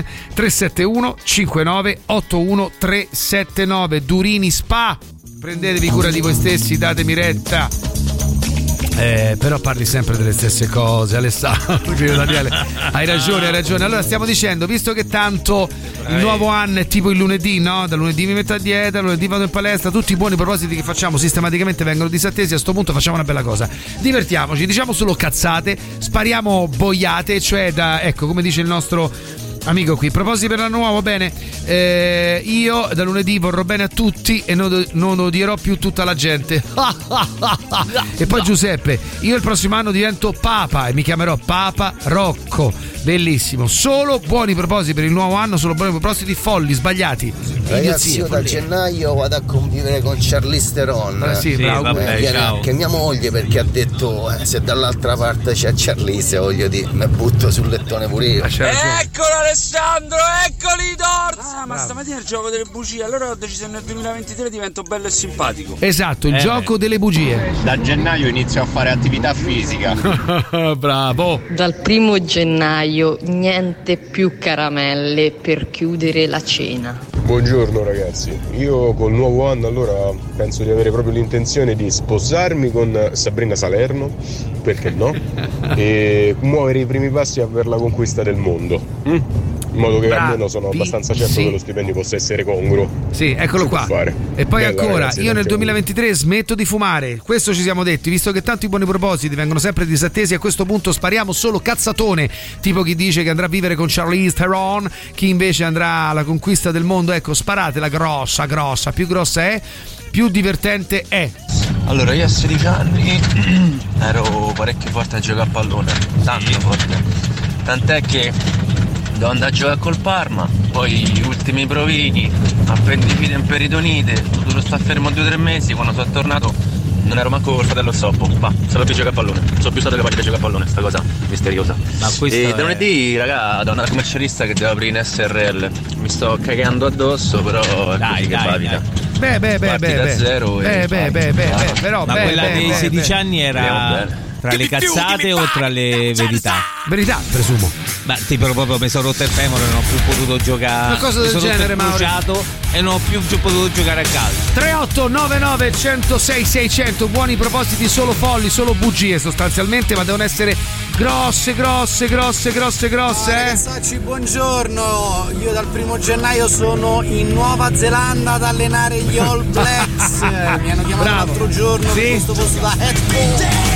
[SPEAKER 3] 371 59 81 379. Durini Spa, prendetevi cura di voi stessi, datemi retta. Però parli sempre delle stesse cose, Alessandro. Daniele, hai ragione. Allora stiamo dicendo, visto che tanto il nuovo anno è tipo il lunedì, no? Da lunedì mi metto a dieta, lunedì vado in palestra, tutti i buoni propositi che facciamo sistematicamente vengono disattesi. A sto punto facciamo una bella cosa, divertiamoci, diciamo solo cazzate, spariamo boiate, cioè ecco, come dice il nostro amico qui, propositi per l'anno nuovo. Bene, io da lunedì vorrò bene a tutti e non odierò più tutta la gente. E poi Giuseppe, io il prossimo anno divento Papa e mi chiamerò Papa Rocco. Bellissimo, solo buoni propositi per il nuovo anno, solo buoni propositi folli, sbagliati.
[SPEAKER 14] Ragazzi, io da gennaio vado a convivere con Charlize Theron.
[SPEAKER 3] Sì, bravo.
[SPEAKER 14] Viene anche mia moglie, perché ha detto se dall'altra parte c'è Charlize, voglio dire, mi butto sul lettone pure io.
[SPEAKER 19] Eccolo Alessandro, eccoli Dorz! Ma stamattina il gioco delle bugie, allora ho deciso che nel 2023 divento bello e simpatico.
[SPEAKER 3] Esatto, il gioco delle bugie.
[SPEAKER 11] Da gennaio inizio a fare attività fisica.
[SPEAKER 3] Bravo.
[SPEAKER 5] Dal 1 gennaio niente più caramelle per chiudere la cena.
[SPEAKER 20] Buongiorno ragazzi, io col nuovo anno allora penso di avere proprio l'intenzione di sposarmi con Sabrina Salerno, perché no? E muovere i primi passi per la conquista del mondo. In modo che almeno sono abbastanza certo che lo stipendio possa essere congruo.
[SPEAKER 3] Sì, eccolo qua. E poi
[SPEAKER 20] Bella,
[SPEAKER 3] ancora,
[SPEAKER 20] ragazzi,
[SPEAKER 3] io nel 2023 smetto di fumare. Questo ci siamo detti, visto che tanti buoni propositi vengono sempre disattesi. A questo punto spariamo solo cazzatone, tipo chi dice che andrà a vivere con Charlize Theron, chi invece andrà alla conquista del mondo. Ecco, sparatela grossa, più grossa è, più divertente è.
[SPEAKER 11] Allora, io a 16 anni ero parecchio forte a giocare a pallone, tanto forte, tant'è che devo andare a giocare col Parma, poi gli ultimi provini, appendicite e peritonite, ho dovuto stare fermo 2 o 3 mesi. Quando sono tornato non ero manco col fratello Soppo, ma solo più giocare a pallone, sono più stato capace di giocare a pallone, sta cosa misteriosa. E da lunedì, raga, devo andare al commercialista che devo aprire in SRL, mi sto cagando addosso, però dai, va vita.
[SPEAKER 3] Però
[SPEAKER 4] ma quella dei 16 anni era tra le cazzate o tra le verità?
[SPEAKER 3] Verità, presumo.
[SPEAKER 4] Ma tipo proprio mi sono rotto il femore, non ho più potuto giocare.
[SPEAKER 3] Una cosa del genere, Mauro.
[SPEAKER 4] E non ho più potuto giocare a calcio.
[SPEAKER 3] 3899 106 600, buoni propositi solo folli, solo bugie sostanzialmente, ma devono essere grosse.
[SPEAKER 19] Ragazzacci, buongiorno. Io dal 1 gennaio sono in Nuova Zelanda ad allenare gli All Blacks. Mi hanno chiamato l'altro giorno in questo posto da head coach.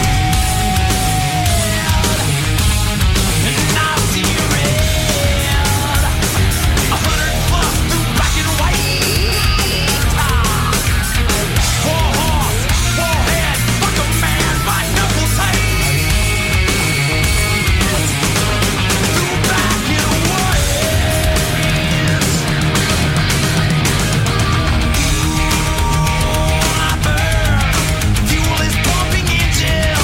[SPEAKER 6] Fuel is pumping engine.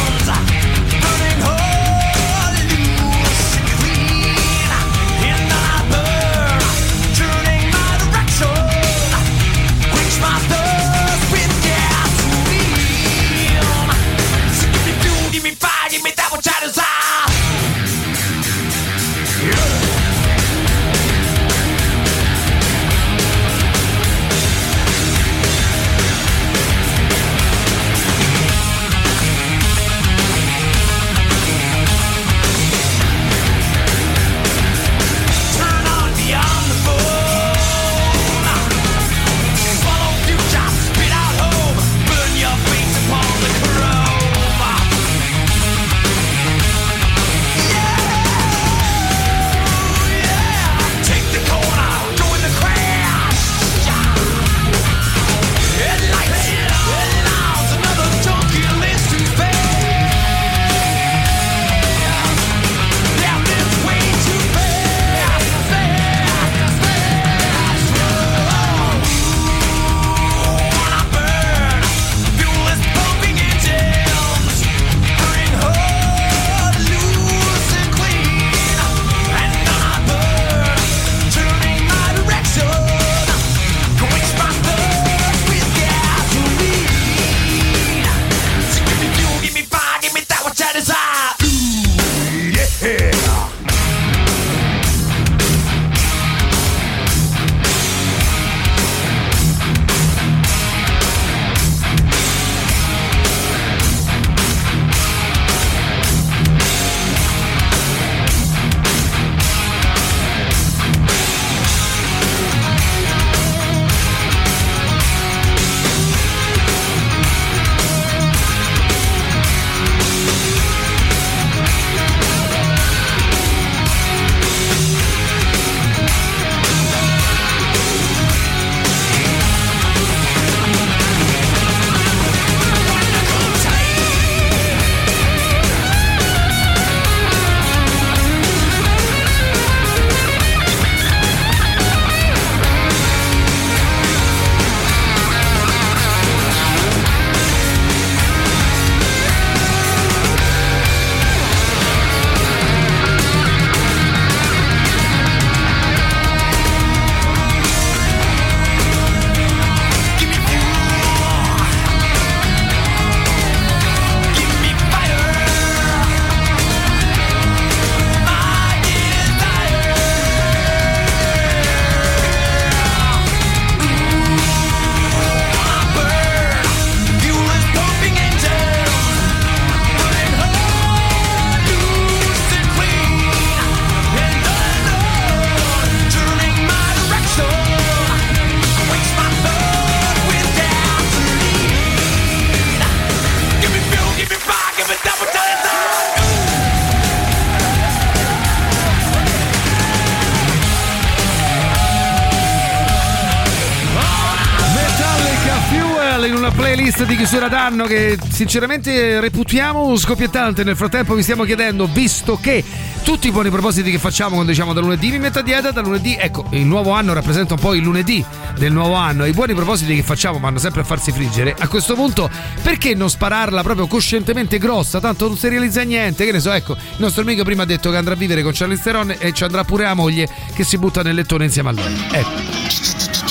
[SPEAKER 3] playlist di chiusura d'anno che sinceramente reputiamo scoppiettante. Nel frattempo vi stiamo chiedendo, visto che tutti i buoni propositi che facciamo quando diciamo da lunedì mi metto a dieta, da lunedì, ecco, il nuovo anno rappresenta un po' il lunedì del nuovo anno, e i buoni propositi che facciamo vanno sempre a farsi friggere. A questo punto perché non spararla proprio coscientemente grossa, tanto non si realizza niente, che ne so. Ecco, il nostro amico prima ha detto che andrà a vivere con Charlize Theron e ci andrà pure la moglie che si butta nel lettone insieme a lui. Ecco.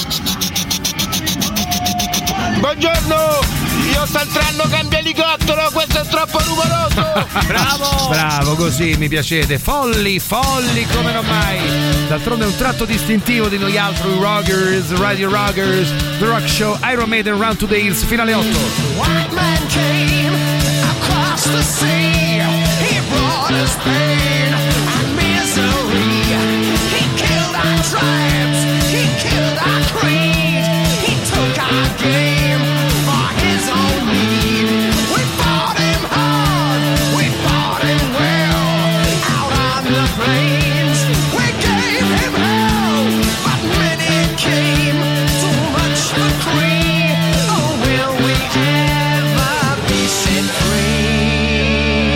[SPEAKER 21] Buongiorno, io sto entrando, cambia elicottero, questo è troppo rumoroso.
[SPEAKER 3] Bravo, così mi piacete. Folli come non mai. D'altronde è un tratto distintivo di noi altri rockers, Radio Rockers, The Rock Show, Iron Maiden, Run to the Hills, fino alle 8.
[SPEAKER 6] White man came across the sea. He brought us pain and misery. He killed our tribes. He killed our creed. He took our game for his own need. We fought him hard. We fought him well. Out on the plains, we gave him hell. But when it came to much for free, oh, will we ever be set free?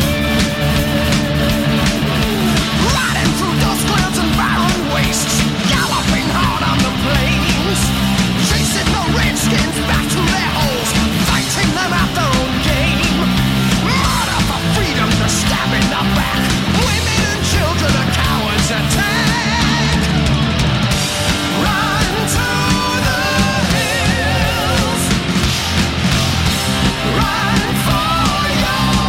[SPEAKER 6] Riding through dust clouds and barren wastes, galloping hard on the plains, chasing the redskins back to their holes, fighting them at their own game. Murder for freedom, they're stabbing the back. Women and children are cowards attack. Run to the hills. Run for your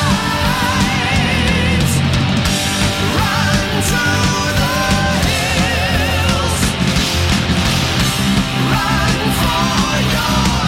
[SPEAKER 6] lives. Run to the hills. Run for your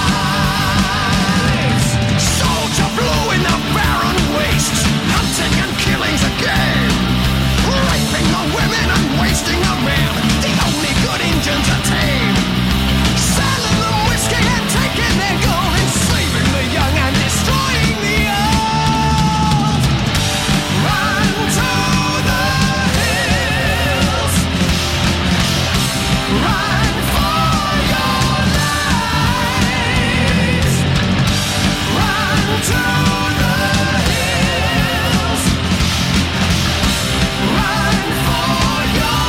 [SPEAKER 6] lives. Soldier blue in the barren wastes, hunting and killing's a game. Raping the women and wasting the men, the only good Indians are tame. Selling them whiskey and taking their gold, enslaving the young and destroying the old. Run to the hills. Run for your lives. Run to the hills. Run for your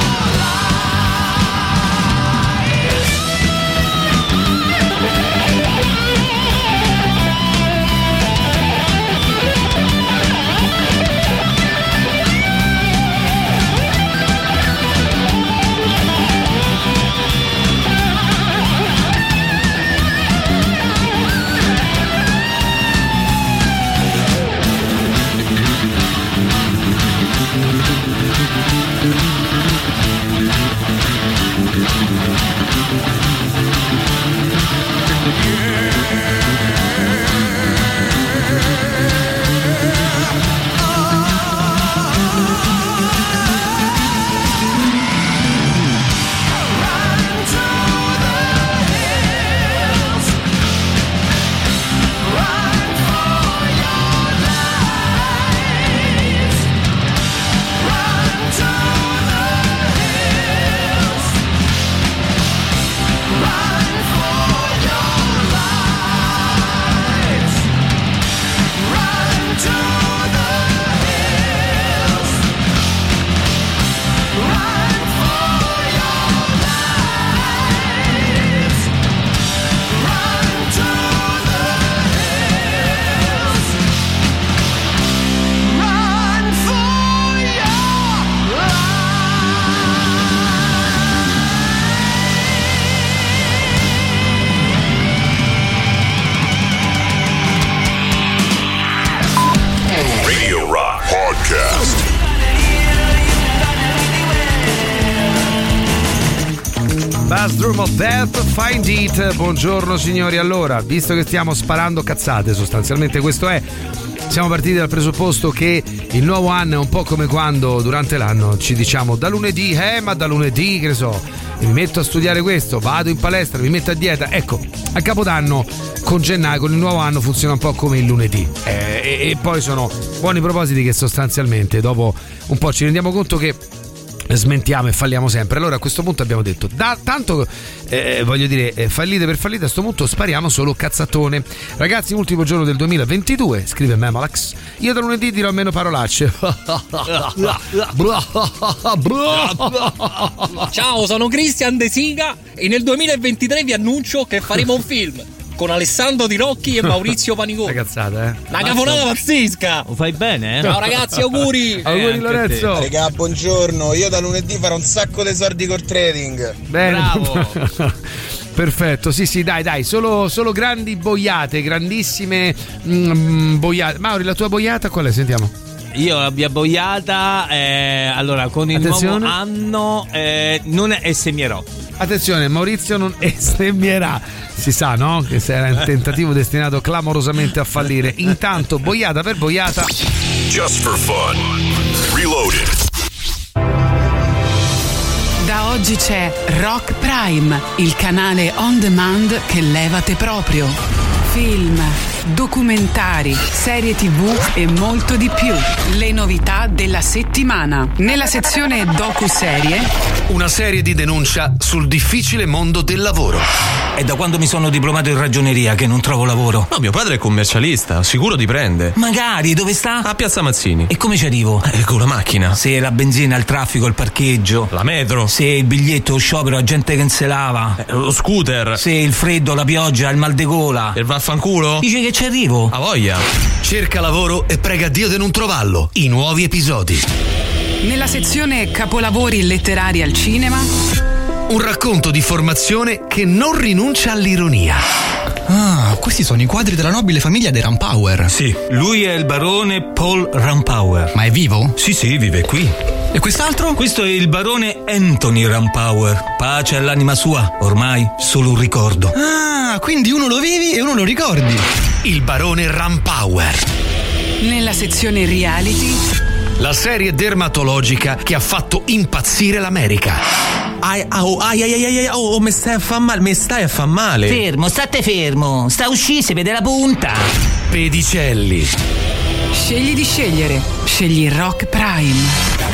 [SPEAKER 2] Radio Rock Podcast.
[SPEAKER 3] Bathroom of Death, Find It. Buongiorno signori. Allora, visto che stiamo sparando cazzate, sostanzialmente questo è, siamo partiti dal presupposto che il nuovo anno è un po' come quando durante l'anno ci diciamo da lunedì, ma da lunedì, che ne so, mi metto a studiare questo, vado in palestra, mi metto a dieta. Ecco, a Capodanno con gennaio, con il nuovo anno funziona un po' come il lunedì, e poi sono buoni propositi che sostanzialmente dopo un po' ci rendiamo conto che smentiamo e falliamo sempre. Allora a questo punto abbiamo detto tanto voglio dire fallite per fallite, a questo punto spariamo solo cazzattone. Ragazzi, ultimo giorno del 2022, scrive Memalax, io da lunedì dirò meno parolacce.
[SPEAKER 10] Ciao, sono Christian De Siga e nel 2023 vi annuncio che faremo un film con Alessandro Di Rocchi e Maurizio Panigoni.
[SPEAKER 3] Una cazzata,
[SPEAKER 10] Una cafonata pazzesca.
[SPEAKER 4] Lo fai bene, eh?
[SPEAKER 10] Ciao ragazzi, auguri.
[SPEAKER 3] Auguri Lorenzo.
[SPEAKER 13] Raga, buongiorno. Io da lunedì farò un sacco di soldi col trading.
[SPEAKER 3] Bene.
[SPEAKER 10] Bravo.
[SPEAKER 3] Perfetto, sì, dai, solo grandi boiate, grandissime boiate. Mauri, la tua boiata qual è? Sentiamo.
[SPEAKER 4] Io la mia boiata, allora con il nuovo anno non estemmierò.
[SPEAKER 3] Attenzione, Maurizio non estemmierà. Si sa, no? Che sarà un tentativo destinato clamorosamente a fallire. Intanto, boiata per boiata.
[SPEAKER 2] Just for fun. Reloaded.
[SPEAKER 22] Da oggi c'è Rock Prime, il canale on demand che levate proprio. Film, documentari, serie TV e molto di più. Le novità della settimana. Nella sezione docuserie,
[SPEAKER 1] una serie di denuncia sul difficile mondo del lavoro.
[SPEAKER 4] È da quando mi sono diplomato in ragioneria che non trovo lavoro.
[SPEAKER 23] No, mio padre è commercialista, sicuro ti prende.
[SPEAKER 4] Magari, dove sta?
[SPEAKER 23] A Piazza Mazzini.
[SPEAKER 4] E come ci arrivo?
[SPEAKER 23] Con la macchina.
[SPEAKER 4] Se la benzina, il traffico, il parcheggio.
[SPEAKER 23] La metro.
[SPEAKER 4] Se il biglietto, lo sciopero, la gente che non se lava.
[SPEAKER 23] Lo scooter.
[SPEAKER 4] Se il freddo, la pioggia, il mal de gola.
[SPEAKER 23] E il vaffanculo?
[SPEAKER 4] Dici che ci arrivo?
[SPEAKER 23] A voglia.
[SPEAKER 1] Cerca lavoro e prega Dio di non trovarlo. I nuovi episodi.
[SPEAKER 22] Nella sezione capolavori letterari al cinema,
[SPEAKER 1] un racconto di formazione che non rinuncia all'ironia.
[SPEAKER 24] Ah, questi sono i quadri della nobile famiglia dei Rampauer.
[SPEAKER 4] Sì, lui è il barone Paul Rampauer.
[SPEAKER 24] Ma è vivo?
[SPEAKER 23] Sì, vive qui.
[SPEAKER 24] E quest'altro?
[SPEAKER 4] Questo è il barone Anthony Rampauer. Pace all'anima sua, ormai solo un ricordo.
[SPEAKER 24] Ah, quindi uno lo vivi e uno lo ricordi.
[SPEAKER 1] Il barone Rampauer.
[SPEAKER 22] Nella sezione reality,
[SPEAKER 1] la serie dermatologica che ha fatto impazzire l'America.
[SPEAKER 23] Mi stai a far male.
[SPEAKER 4] Fermo, state fermo. Sta a uscire, si vede la punta.
[SPEAKER 1] Pedicelli.
[SPEAKER 22] Scegli di scegliere. Scegli Rock Prime.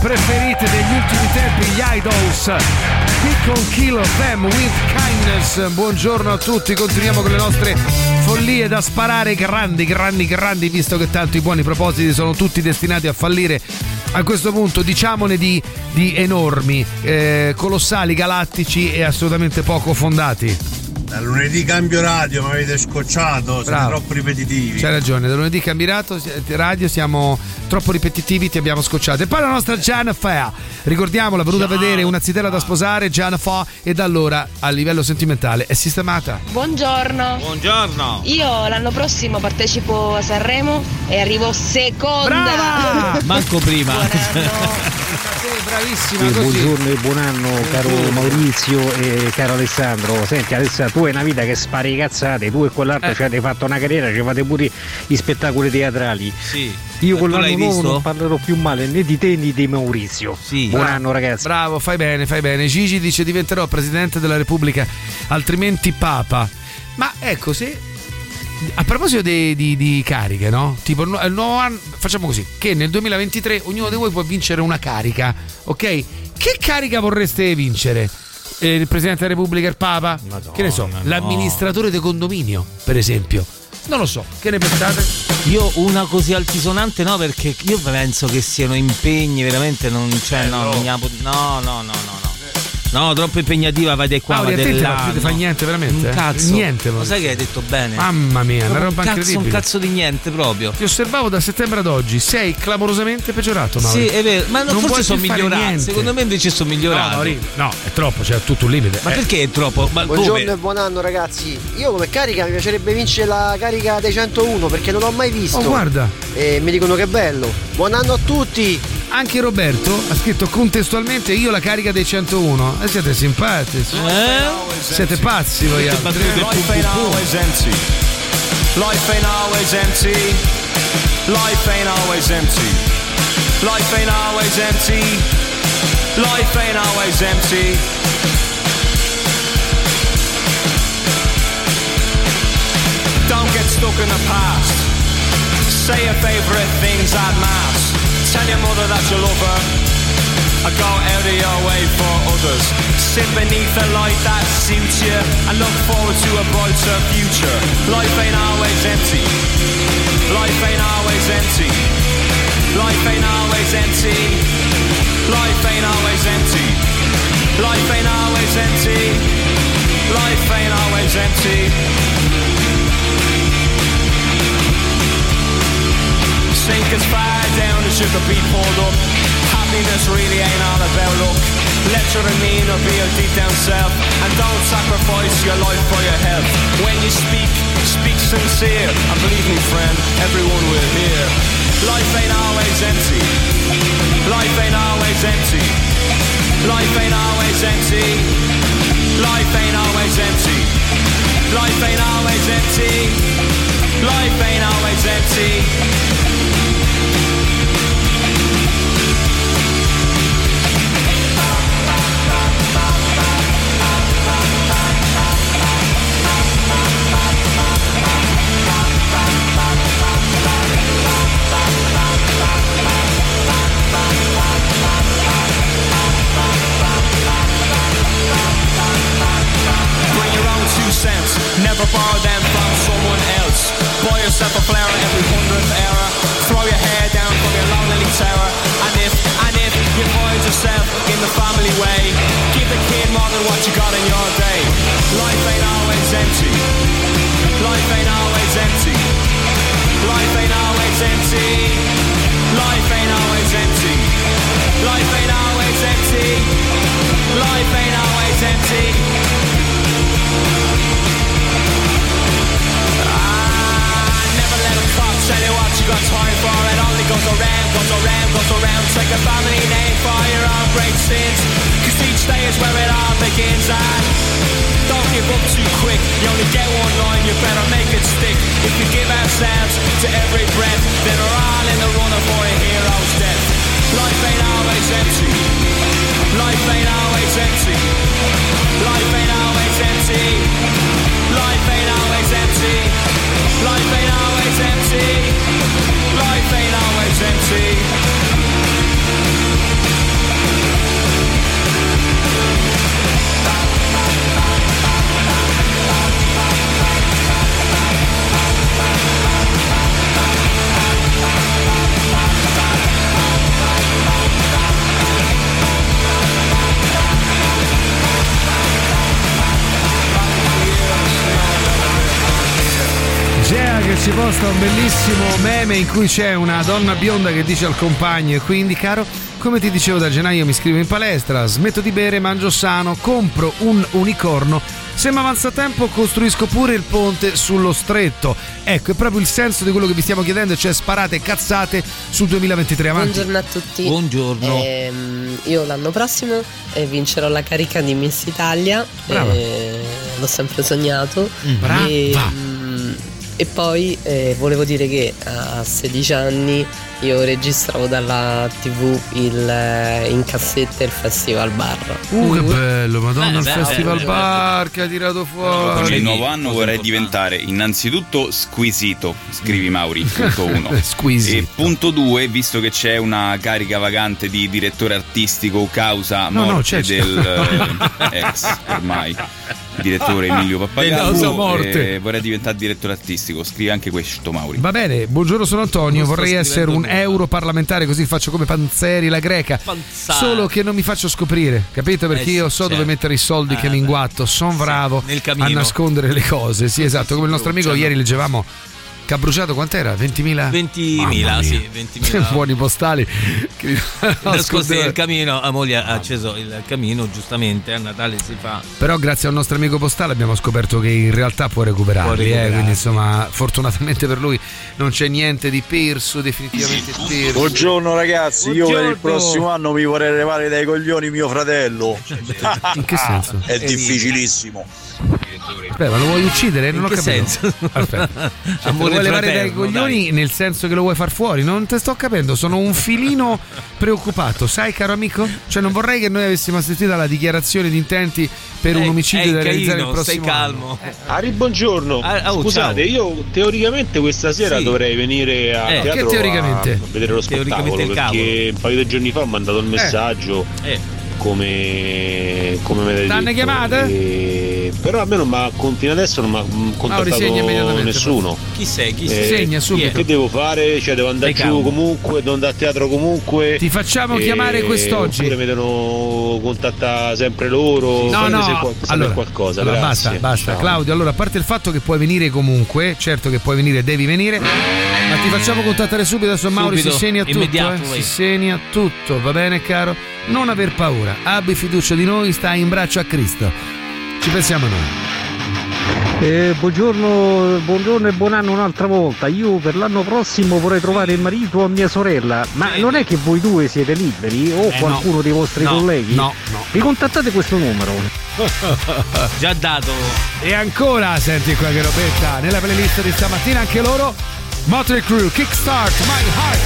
[SPEAKER 3] preferite degli ultimi tempi, gli Idols. We can kill them with kindness. Buongiorno a tutti, continuiamo con le nostre follie da sparare grandi, visto che tanto i buoni propositi sono tutti destinati a fallire. A questo punto diciamone di enormi, colossali, galattici e assolutamente poco fondati.
[SPEAKER 7] Da lunedì cambio radio, mi avete scocciato, siete troppo ripetitivi.
[SPEAKER 3] C'hai ragione, da lunedì cambio radio, siamo troppo ripetitivi, ti abbiamo scocciato. E poi la nostra Jennifer, ricordiamola, venuta a vedere una zitella da sposare, Jennifer, e da allora a livello sentimentale è sistemata.
[SPEAKER 8] Buongiorno. Io l'anno prossimo partecipo a Sanremo e arrivo seconda.
[SPEAKER 3] Brava!
[SPEAKER 4] Manco prima.
[SPEAKER 3] Bravissima,
[SPEAKER 9] buongiorno e buon anno caro Maurizio e caro Alessandro. Senti Alessandro, tu hai una vita che spari cazzate, tu e quell'altro ci avete fatto una carriera, ci fate pure gli spettacoli teatrali.
[SPEAKER 4] Sì.
[SPEAKER 9] Io con l'anno nuovo non parlerò più male né di te né di Maurizio.
[SPEAKER 4] Sì.
[SPEAKER 9] Buon anno ragazzi.
[SPEAKER 3] Bravo, fai bene. Gigi dice diventerò Presidente della Repubblica, altrimenti Papa. Ma ecco, se a proposito di cariche, no? Tipo il nuovo anno, facciamo così, che nel 2023 ognuno di voi può vincere una carica, ok? Che carica vorreste vincere? Il Presidente della Repubblica, il Papa? Madonna, che ne so, l'amministratore di condominio, per esempio. Non lo so, che ne pensate?
[SPEAKER 4] Io una così altisonante no, perché io penso che siano impegni veramente non c'è, no. No, troppo impegnativa, vai di qua, vai di là.
[SPEAKER 3] Non fa niente veramente?
[SPEAKER 4] Un cazzo.
[SPEAKER 3] Niente.
[SPEAKER 4] Ma sai che hai detto bene?
[SPEAKER 3] Mamma mia, una roba incredibile.
[SPEAKER 4] Un cazzo di niente proprio.
[SPEAKER 3] Ti osservavo da settembre ad oggi, sei clamorosamente peggiorato, Mauro.
[SPEAKER 4] Sì, è vero, ma non forse sono migliorato. Secondo me invece sono migliorato.
[SPEAKER 3] No, è troppo, c'è tutto un limite.
[SPEAKER 4] Ma perché è troppo? Ma
[SPEAKER 12] buongiorno e buon anno ragazzi. Io come carica mi piacerebbe vincere la carica dei 101 perché non l'ho mai visto.
[SPEAKER 3] Oh, guarda.
[SPEAKER 12] E mi dicono che è bello. Buon anno a tutti.
[SPEAKER 3] Anche Roberto ha scritto contestualmente io la carica dei 101. Siete simpatici. Siete pazzi voi altri.
[SPEAKER 25] Life ain't always empty. Life ain't always empty. Life ain't always empty. Life ain't always empty. Life ain't always empty. Don't get stuck in the past. Say your favorite things at mass. Tell your mother that you love her. I go out of your way for others. Sit beneath the light that suits you and look forward to a brighter future. Life ain't always empty. Life ain't always empty. Life ain't always empty. Life ain't always empty. Life ain't always empty. Life ain't always empty. Sink as far down as you could be pulled up. Happiness really ain't all about luck. Let your demeanor be your deep down self, and don't sacrifice your life for your health. When you speak, speak sincere, and believe me friend, everyone will hear. Life ain't always empty. Life ain't always empty. Life ain't always empty. Life ain't always empty. Life ain't always empty. Life ain't always empty. Never borrow them from someone else. Buy yourself a flower every 100th hour. Throw your hair down from your lonely tower. And if you find yourself in the family way, give the kid more than what you got in your day. Life ain't always empty. Life ain't always empty. Life ain't always empty. Life ain't always empty. Life ain't always empty. Life ain't always empty. Tell you what you got time for. It only goes around, goes around, goes around. Take a family name for your own great sins, 'cause each day is where it all begins. And don't give up too quick. You only get one line, you better make it stick. If we give ourselves to every breath, then we're all in the running for a hero's death. Life ain't always empty. Life ain't always empty. Life ain't always empty. Life ain't always empty. Life ain't always empty. Life ain't always empty.
[SPEAKER 3] si posta un bellissimo meme in cui c'è una donna bionda che dice al compagno: e quindi caro, come ti dicevo, da gennaio mi iscrivo in palestra, smetto di bere, mangio sano, compro un unicorno, se mi avanza tempo costruisco pure il ponte sullo stretto. Ecco, è proprio il senso di quello che vi stiamo chiedendo, cioè sparate cazzate sul 2023. Avanti.
[SPEAKER 14] Buongiorno a tutti.
[SPEAKER 3] Buongiorno.
[SPEAKER 14] Io l'anno prossimo vincerò la carica di Miss Italia. L'ho sempre sognato. E poi volevo dire che a 16 anni io registravo dalla TV in cassetta il Festival Bar.
[SPEAKER 3] Che bello, madonna, il Festival Bar che ha tirato fuori.
[SPEAKER 15] Per il nuovo anno vorrei diventare innanzitutto squisito, scrivi Mauri, punto 1. E punto 2, visto che c'è una carica vacante di direttore artistico causa morte del ex ormai direttore Emilio Pappagallo, vorrei diventare direttore artistico, scrive anche questo Mauri.
[SPEAKER 3] Va bene, buongiorno, sono Antonio, vorrei essere un europarlamentare, così faccio come Panzeri la greca, solo che non mi faccio scoprire, capito? Perché io so dove mettere i soldi che mi inguatto, sono bravo a nascondere le cose. Sì, esatto, come il nostro amico ieri leggevamo che ha bruciato, quant'era? 20.000?
[SPEAKER 4] 20.000, sì, 20.000
[SPEAKER 3] buoni postali.
[SPEAKER 4] Nascosti nel camino, la moglie ha acceso il camino, giustamente a Natale si fa.
[SPEAKER 3] Però grazie al nostro amico postale abbiamo scoperto che in realtà può recuperarli. Quindi insomma, fortunatamente per lui non c'è niente di perso, definitivamente perso.
[SPEAKER 7] Buongiorno ragazzi, io per il prossimo anno mi vorrei levare dai coglioni mio fratello.
[SPEAKER 3] In che senso?
[SPEAKER 7] È difficilissimo.
[SPEAKER 3] Beh, ma lo vuoi uccidere? Non ho capito.
[SPEAKER 4] Senso?
[SPEAKER 3] Aspetta. Lo vuoi levare dai coglioni nel senso che lo vuoi far fuori? Non te sto capendo, sono un filino preoccupato, sai caro amico? Cioè non vorrei che noi avessimo assistito alla dichiarazione di intenti per un omicidio da realizzare il prossimo
[SPEAKER 4] stai calmo.
[SPEAKER 7] Ari, buongiorno. Scusate, io teoricamente questa sera dovrei venire a teatro a vedere lo spettacolo, perché un paio di giorni fa ho mandato il messaggio come me l'hai detto. Però a me non mi fino adesso non mi ha contattato nessuno.
[SPEAKER 4] Chi sei?
[SPEAKER 3] Segna subito.
[SPEAKER 7] Che devo fare? Cioè devo andare giù comunque, devo andare a teatro comunque.
[SPEAKER 3] Ti facciamo chiamare quest'oggi.
[SPEAKER 7] Oppure mi devono contattare sempre loro.
[SPEAKER 3] Allora,
[SPEAKER 7] qualcosa.
[SPEAKER 3] Allora
[SPEAKER 7] grazie.
[SPEAKER 3] basta. Ciao. Claudio, allora a parte il fatto che puoi venire comunque, certo che puoi venire, devi venire, ma ti facciamo contattare subito. Adesso Mauri si segna tutto. Si segna tutto, va bene caro? Non aver paura, abbi fiducia di noi, stai in braccio a Cristo. Ci pensiamo noi.
[SPEAKER 9] Buongiorno e buon anno un'altra volta. Io per l'anno prossimo vorrei trovare il marito a mia sorella. Ma non è che voi due siete liberi o qualcuno dei vostri colleghi?
[SPEAKER 3] No.
[SPEAKER 9] Mi contattate questo numero.
[SPEAKER 4] Già dato.
[SPEAKER 3] E ancora, senti qua che robetta, nella playlist di stamattina anche loro, Motley Crue, Kickstart My Heart.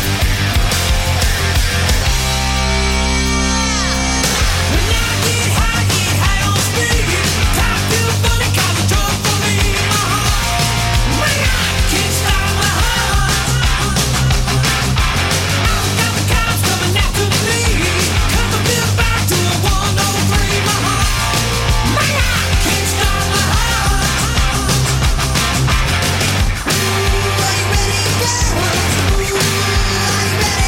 [SPEAKER 6] Ready,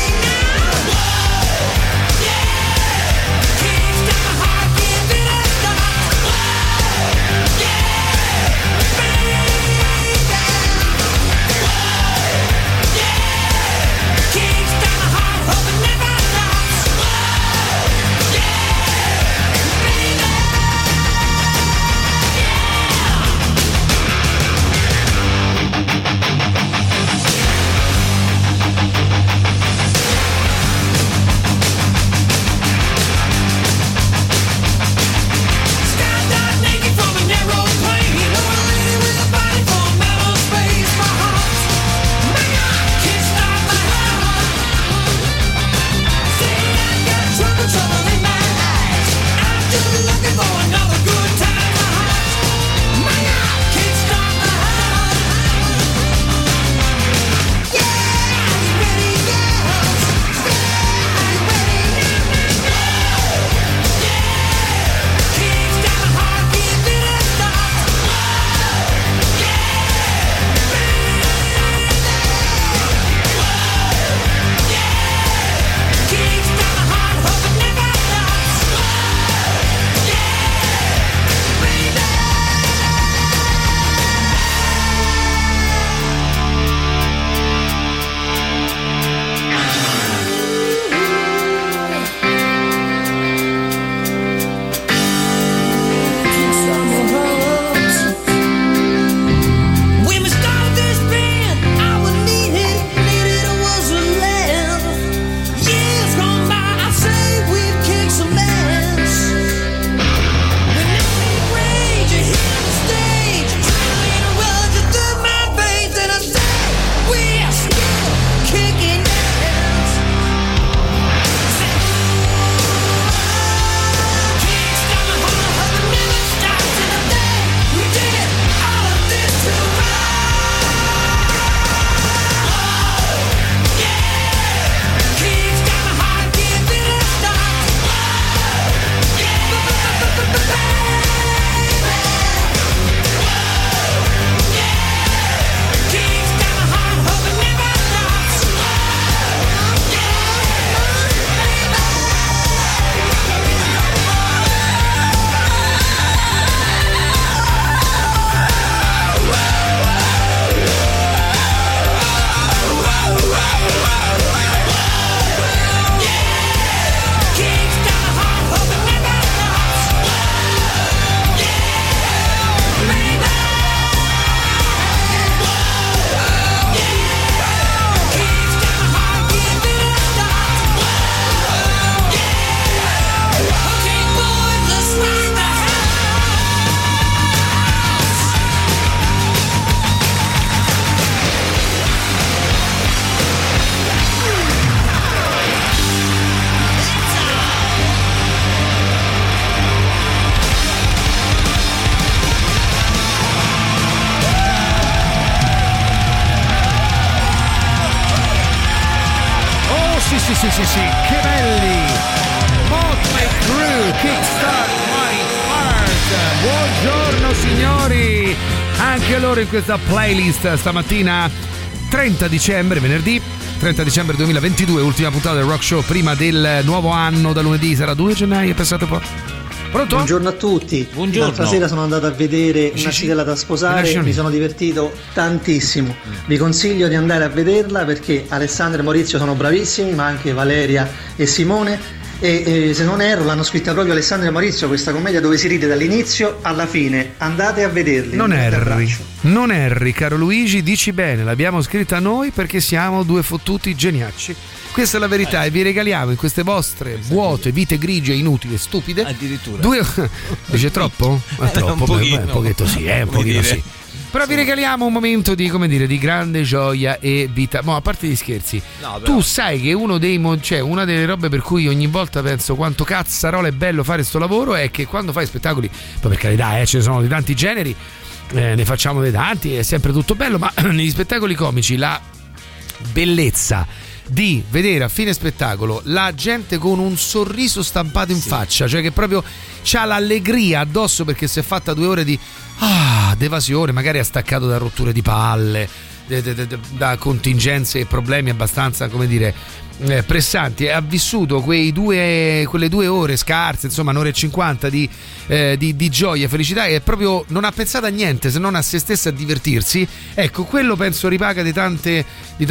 [SPEAKER 3] sì, che belli! Motley Crue, Kickstart My Heart. Buongiorno signori, anche loro in questa playlist stamattina, 30 dicembre, venerdì 30 dicembre 2022, ultima puntata del Rock Show prima del nuovo anno. Da lunedì sarà 2 gennaio, pensate un po'. Pronto?
[SPEAKER 5] Buongiorno a tutti.
[SPEAKER 3] Buongiorno.
[SPEAKER 5] L'altra sera sono andato a vedere Una stella da sposare e mi sono divertito tantissimo. Vi consiglio di andare a vederla perché Alessandro e Maurizio sono bravissimi, ma anche Valeria e Simone. E se non erro l'hanno scritta proprio Alessandro e Maurizio, questa commedia dove si ride dall'inizio alla fine. Andate a vederli.
[SPEAKER 3] Non erri, caro Luigi, dici bene, l'abbiamo scritta noi perché siamo due fottuti geniacci. Questa è la verità, e vi regaliamo in queste vostre vuote vite grigie, inutili e stupide.
[SPEAKER 4] Addirittura.
[SPEAKER 3] Dice troppo? Ma troppo, un pochetto sì, un pochino sì. Però vi regaliamo un momento di, come dire, di grande gioia e vita. Ma a parte gli scherzi, tu sai che una delle robe per cui ogni volta penso quanto cazzarola è bello fare sto lavoro è che quando fai spettacoli, poi per carità ce ne sono di tanti generi, ne facciamo dei tanti, è sempre tutto bello, ma negli spettacoli comici la bellezza di vedere a fine spettacolo la gente con un sorriso stampato in faccia, cioè che proprio c'ha l'allegria addosso perché si è fatta 2 ore di d'evasione, magari ha staccato da rotture di palle, da contingenze e problemi abbastanza, come dire, pressanti, ha vissuto quelle 2 ore scarse, insomma un'ora e 50 di gioia e felicità, e proprio non ha pensato a niente se non a se stessa, a divertirsi. Ecco, quello penso ripaga di tante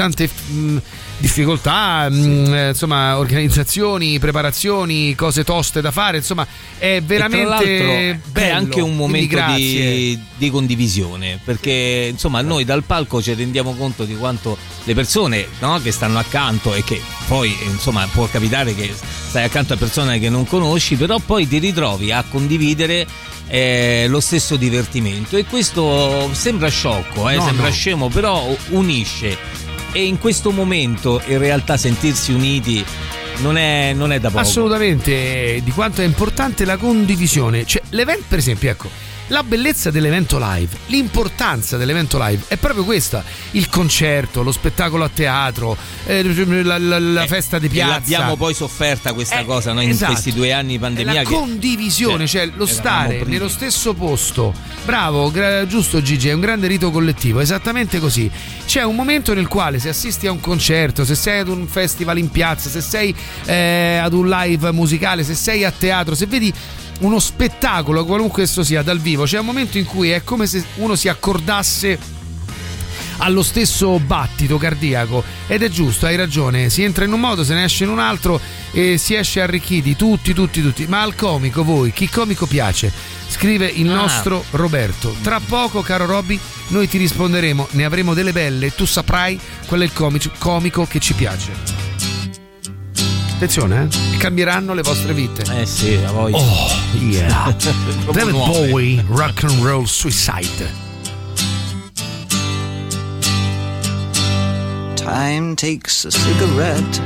[SPEAKER 3] difficoltà, insomma, organizzazioni, preparazioni, cose toste da fare, insomma è veramente bello.
[SPEAKER 4] È anche un momento di condivisione, perché insomma noi dal palco ci rendiamo conto di quanto le persone, no, che stanno accanto, e che poi insomma può capitare che stai accanto a persone che non conosci, però poi ti ritrovi a condividere lo stesso divertimento, e questo sembra sciocco, sembra scemo, però unisce. E in questo momento in realtà sentirsi uniti non è da poco.
[SPEAKER 3] Assolutamente, di quanto è importante la condivisione. Cioè l'evento, per esempio, ecco, la bellezza dell'evento live, l'importanza dell'evento live è proprio questa: il concerto, lo spettacolo a teatro, la festa di piazza.
[SPEAKER 4] L'abbiamo poi sofferta questa cosa noi, esatto, in questi 2 anni di pandemia.
[SPEAKER 3] La condivisione, cioè lo stare nello stesso posto. Bravo, giusto Gigi, è un grande rito collettivo, esattamente così. C'è un momento nel quale, se assisti a un concerto, se sei ad un festival in piazza, se sei ad un live musicale, se sei a teatro, se vedi uno spettacolo, qualunque esso sia, dal vivo, c'è un momento in cui è come se uno si accordasse allo stesso battito cardiaco, ed è giusto, hai ragione, si entra in un modo, se ne esce in un altro e si esce arricchiti tutti. Ma al comico, voi, chi comico piace? Scrive il nostro Roberto. Tra poco, caro Robby, noi ti risponderemo, ne avremo delle belle, tu saprai qual è il comico che ci piace. Attenzione, cambieranno le vostre vite.
[SPEAKER 4] Sì, a voi.
[SPEAKER 3] Oh, yeah. David Bowie, Rock and Roll Suicide.
[SPEAKER 16] Time takes a cigarette,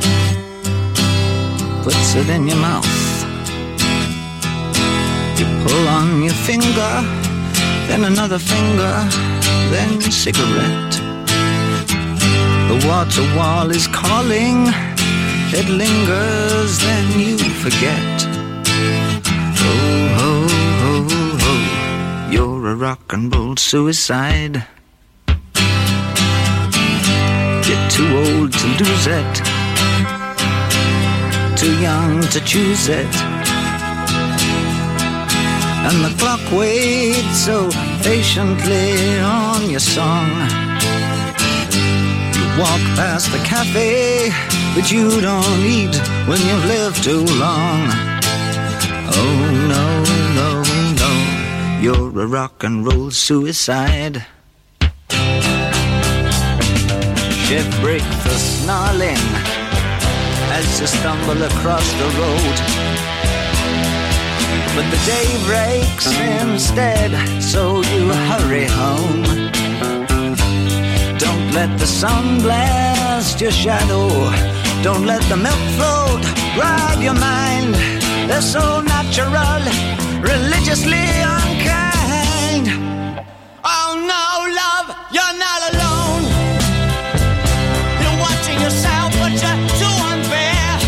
[SPEAKER 16] puts it in your mouth. You pull on your finger, then another finger, then cigarette. The water wall is calling. It lingers, then you forget. Oh, oh, oh, oh, you're a rock and roll suicide. You're too old to lose it, too young to choose it. And the clock waits so patiently on your song. You walk past the cafe, but you don't eat when you've lived too long. Oh no, no, no, you're a rock and roll suicide. Shift break the snarling as you stumble across the road. But the day breaks instead, so you hurry home. Don't let the sun blast your shadow. Don't let the milk float rob your mind. They're so natural, religiously unkind. Oh no, love, you're not alone. You're watching yourself, but you're too unfair.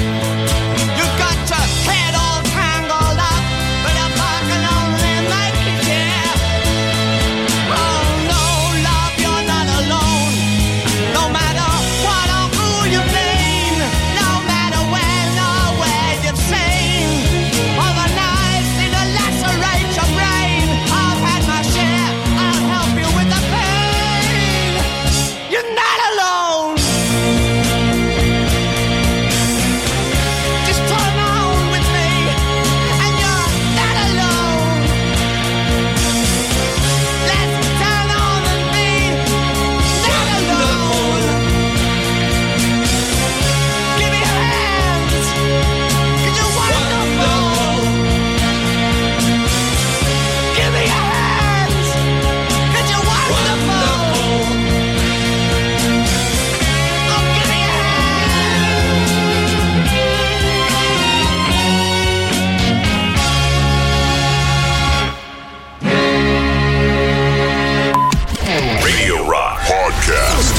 [SPEAKER 2] Radio Rock Podcast.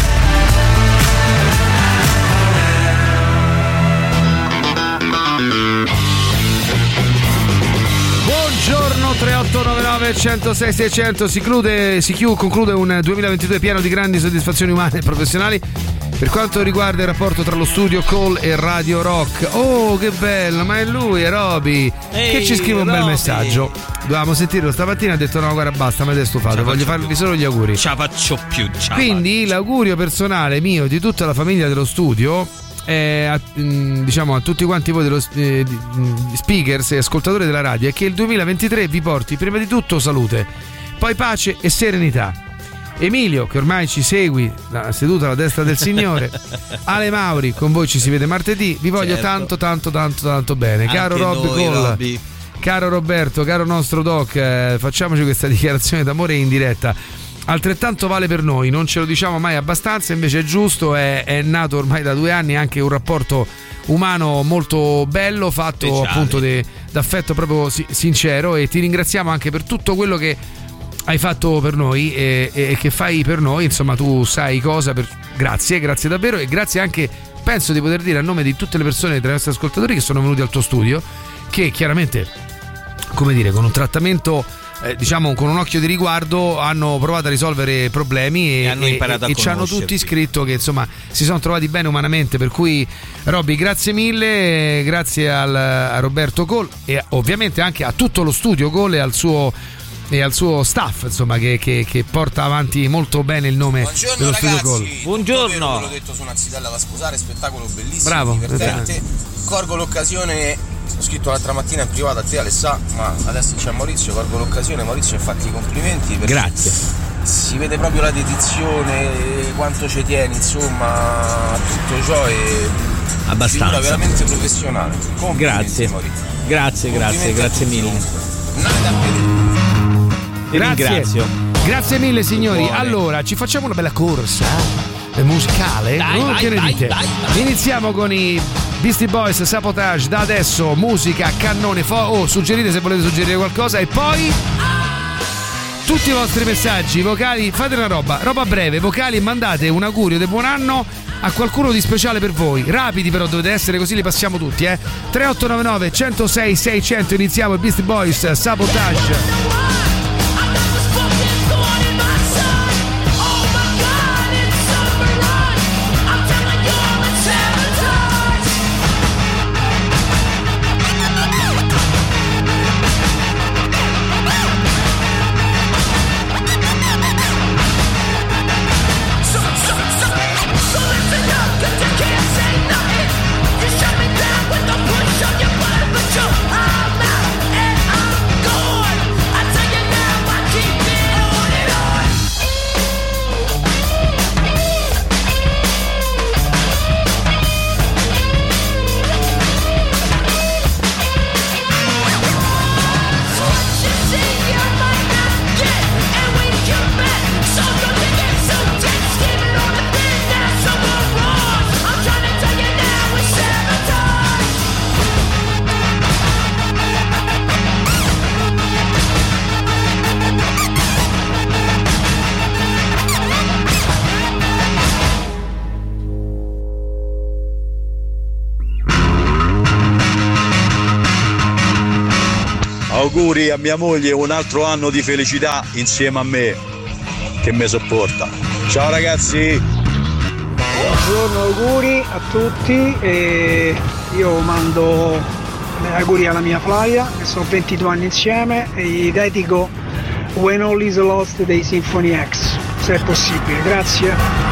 [SPEAKER 3] Buongiorno, 3899 106 600 conclude un 2022 pieno di grandi soddisfazioni umane e professionali per quanto riguarda il rapporto tra lo studio Call e Radio Rock. Oh, che bello, ma è lui, è Roby, che ci scrive un bel messaggio. Dovevamo sentirlo stamattina, ha detto no, guarda, basta, mi è stufato, voglio farvi solo gli auguri.
[SPEAKER 4] Ce la faccio più.
[SPEAKER 3] Quindi l'augurio personale mio, di tutta la famiglia dello studio, diciamo a tutti quanti voi dello speakers e ascoltatori della radio, è che il 2023 vi porti prima di tutto salute, poi pace e serenità. Emilio, che ormai ci segui seduto alla destra del Signore, Ale Mauri, con voi ci si vede martedì, vi voglio tanto bene. Caro Robby, caro Roberto, caro nostro Doc, facciamoci questa dichiarazione d'amore in diretta. Altrettanto vale per noi, non ce lo diciamo mai abbastanza, invece è giusto, è nato ormai da 2 anni anche un rapporto umano molto bello, fatto speciale, appunto d'affetto proprio sincero, e ti ringraziamo anche per tutto quello che hai fatto per noi e che fai per noi, insomma tu sai cosa, grazie davvero, e grazie anche, penso di poter dire a nome di tutte le persone tra i nostri ascoltatori che sono venuti al tuo studio, che chiaramente, come dire, con un trattamento diciamo con un occhio di riguardo hanno provato a risolvere problemi e hanno imparato e ci hanno tutti scritto che insomma si sono trovati bene umanamente, per cui Robby, grazie mille, grazie a Roberto Cole e ovviamente anche a tutto lo studio Cole e al suo staff, insomma, che porta avanti molto bene il nome dello studio Cole.
[SPEAKER 11] Buongiorno. L'ho detto su una zitella da sposare, spettacolo bellissimo,
[SPEAKER 3] bravo,
[SPEAKER 11] divertente. Colgo l'occasione, ho scritto l'altra mattina in privato a te Alessà, ma adesso c'è Maurizio, colgo l'occasione, Maurizio, infatti complimenti,
[SPEAKER 4] grazie.
[SPEAKER 11] Si vede proprio la dedizione, quanto ci tieni, insomma, a tutto ciò, e
[SPEAKER 4] abbastanza,
[SPEAKER 11] figura veramente professionale.
[SPEAKER 4] Grazie. Grazie mille.
[SPEAKER 3] Grazie mille signori. Buone. Allora, ci facciamo una bella corsa musicale? Che ne dite? Iniziamo con i Beastie Boys, Sabotage, da adesso musica cannone, suggerite se volete suggerire qualcosa, e poi tutti i vostri messaggi vocali, fate una roba breve, vocali, e mandate un augurio di buon anno a qualcuno di speciale per voi. Rapidi però dovete essere, così li passiamo tutti, 3899 106 600. Iniziamo i Beastie Boys, Sabotage.
[SPEAKER 17] Auguri a mia moglie, un altro anno di felicità insieme a me, che mi sopporta. Ciao ragazzi.
[SPEAKER 18] Buongiorno, auguri a tutti, e io mando auguri alla mia Flavia, che sono 22 anni insieme, e gli dedico When All Is Lost dei Symphony X, se è possibile. Grazie.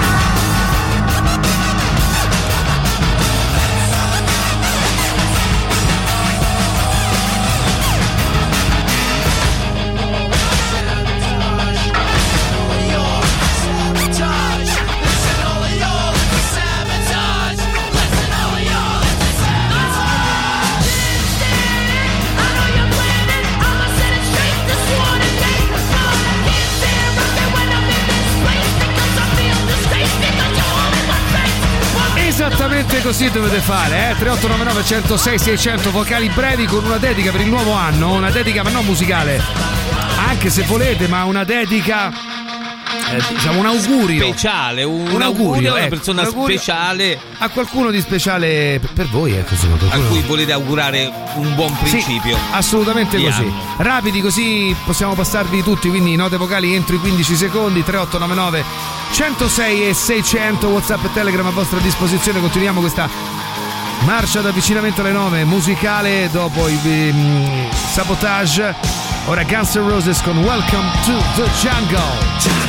[SPEAKER 3] Così dovete fare, 3899 106 600, vocali brevi con una dedica per il nuovo anno, una dedica ma non musicale, anche se volete, ma una dedica diciamo un augurio
[SPEAKER 4] speciale, un augurio a una persona speciale,
[SPEAKER 3] a qualcuno di speciale per voi,
[SPEAKER 4] insomma, a cui volete augurare un buon principio.
[SPEAKER 3] Sì, assolutamente così.
[SPEAKER 4] Anno.
[SPEAKER 3] Rapidi, così possiamo passarvi tutti, quindi note vocali entro i 15 secondi. 3899 106 e 600, WhatsApp e Telegram a vostra disposizione. Continuiamo questa marcia d'avvicinamento alle 9 musicale dopo i Sabotage. Ora Guns N' Roses con Welcome to the Jungle.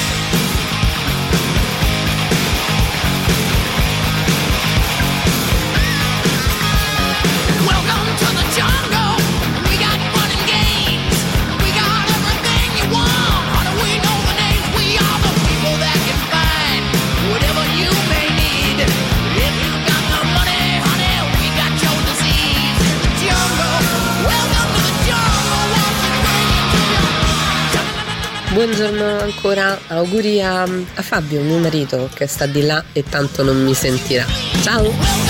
[SPEAKER 14] Buongiorno ancora, auguri a Fabio, mio marito, che sta di là e tanto non mi sentirà. Ciao!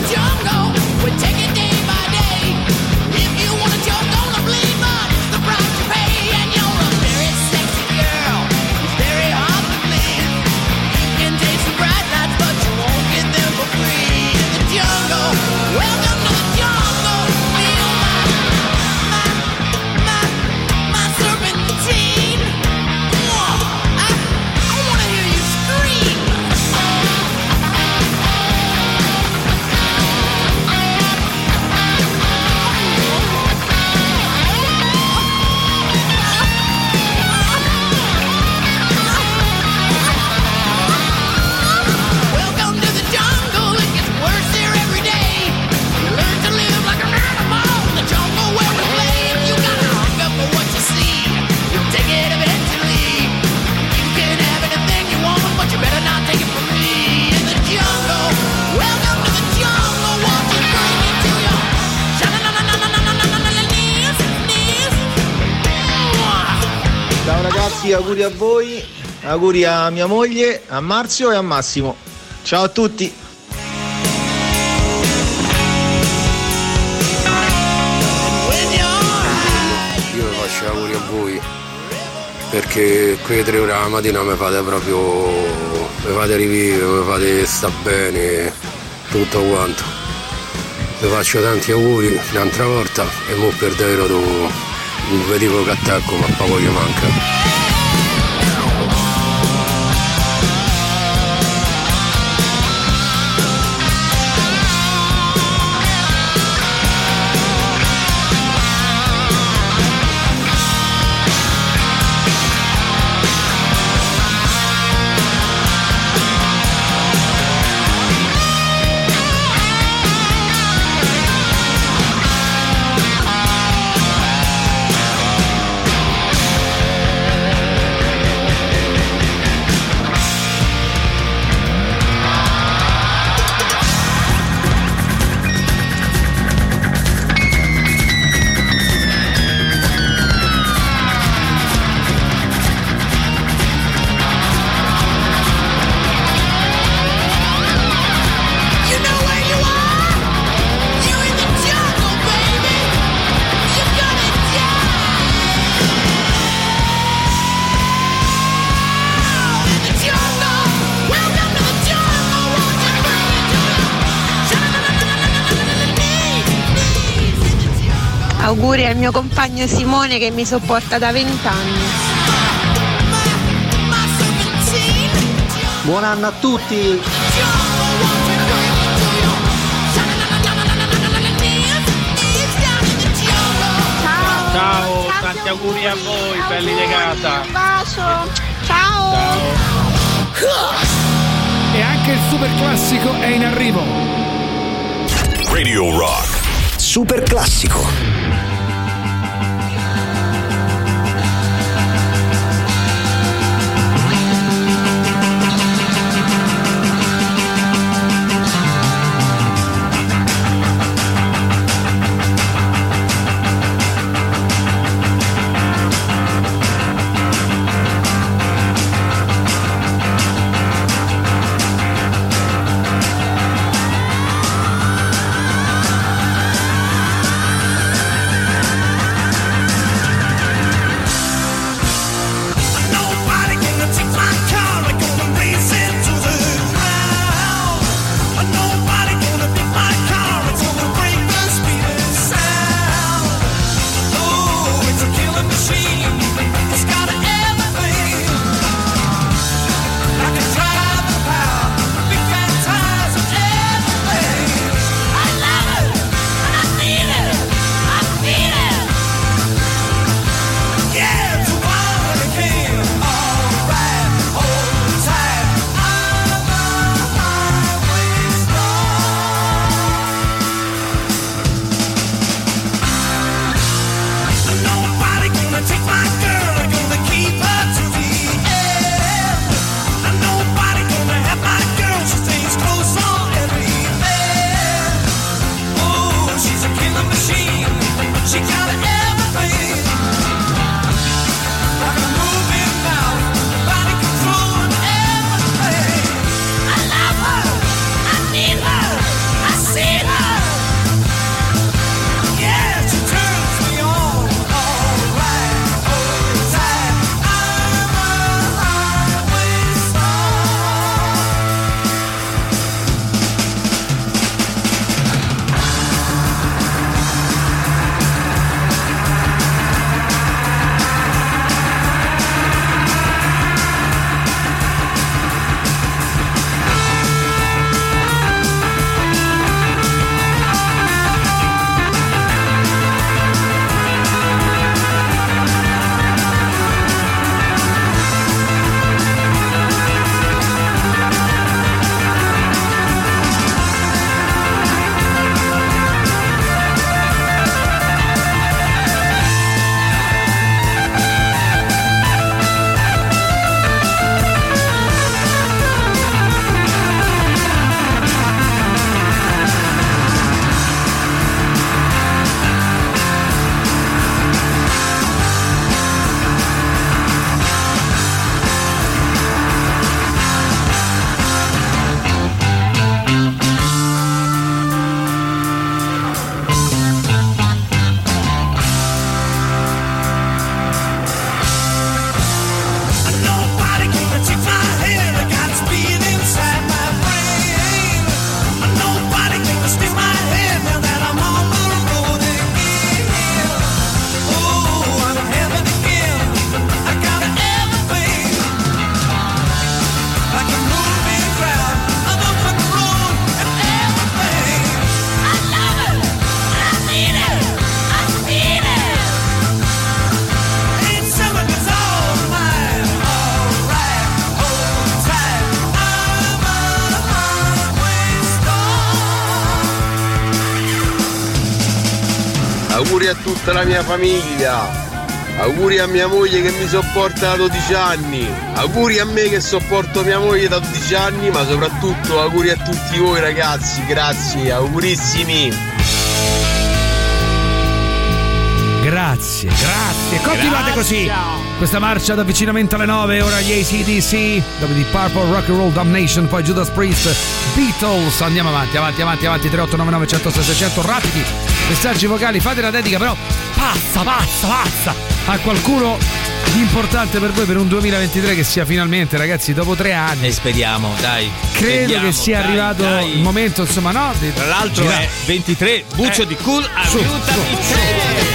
[SPEAKER 11] Auguri a voi, auguri a mia moglie, a Marzio e a Massimo. Ciao a tutti.
[SPEAKER 10] Io vi faccio auguri a voi perché quelle 3 ore alla mattina mi fate proprio, mi fate rivivere, mi fate sta bene, tutto quanto. Vi faccio tanti auguri un'altra volta e mo per davvero non vi dico che attacco, ma poco gli manca.
[SPEAKER 8] Auguri al mio compagno Simone che mi sopporta da 20 anni.
[SPEAKER 5] Buon anno a tutti!
[SPEAKER 13] Ciao, tanti auguri a voi, belli di casa.
[SPEAKER 8] Un bacio, ciao!
[SPEAKER 3] E anche il super classico è in arrivo.
[SPEAKER 2] Radio Rock.
[SPEAKER 1] Super classico.
[SPEAKER 19] auguri a tutta la mia famiglia, auguri a mia moglie che mi sopporta da 12 anni, auguri a me che sopporto mia moglie da 12 anni, ma soprattutto auguri a tutti voi ragazzi, grazie, augurissimi.
[SPEAKER 3] Grazie. Continuate così. Questa marcia d'avvicinamento alle 9, ora gli AC/DC, dopo di Purple, Rock and Roll Damnation, poi Judas Priest, Beatles. Andiamo avanti. 3899 106 600, rapidi messaggi vocali, fate la dedica però pazza a qualcuno di importante per voi per un 2023 che sia finalmente, ragazzi, dopo 3 anni.
[SPEAKER 4] E speriamo, dai.
[SPEAKER 3] Credo che sia arrivato il momento, insomma, no?
[SPEAKER 4] Tra l'altro è 23, Buccio di Cool, aiutami.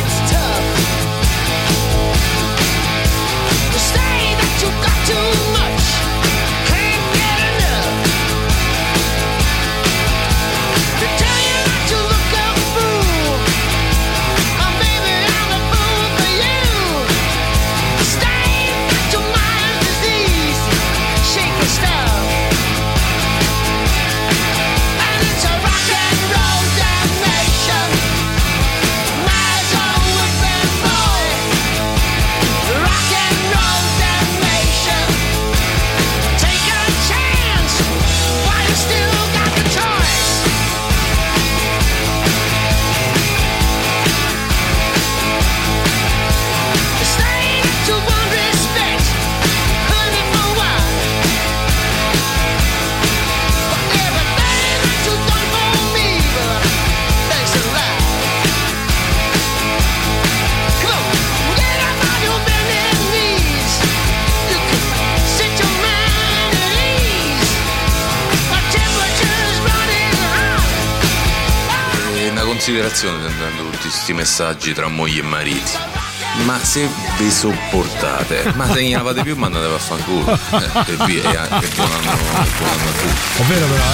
[SPEAKER 19] Considerazione sentendo tutti questi messaggi tra mogli e mariti, ma se vi sopportate, ma se ne lavate più mandatevi a fanculo e via, che buon anno a tutti.
[SPEAKER 3] È vero però,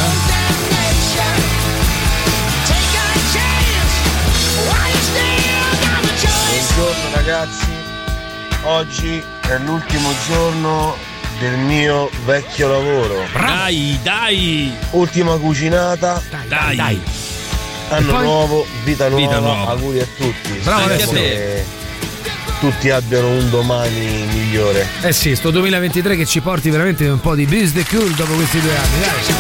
[SPEAKER 19] Buongiorno ragazzi, oggi è l'ultimo giorno del mio vecchio lavoro.
[SPEAKER 4] Dai!
[SPEAKER 19] Ultima cucinata.
[SPEAKER 4] Dai.
[SPEAKER 19] Anno nuovo, vita nuova, auguri a tutti.
[SPEAKER 3] Bravo,
[SPEAKER 19] spero che tutti abbiano un domani migliore.
[SPEAKER 3] Sì, sto 2023 che ci porti veramente un po' di business cool dopo questi 2 anni, dai.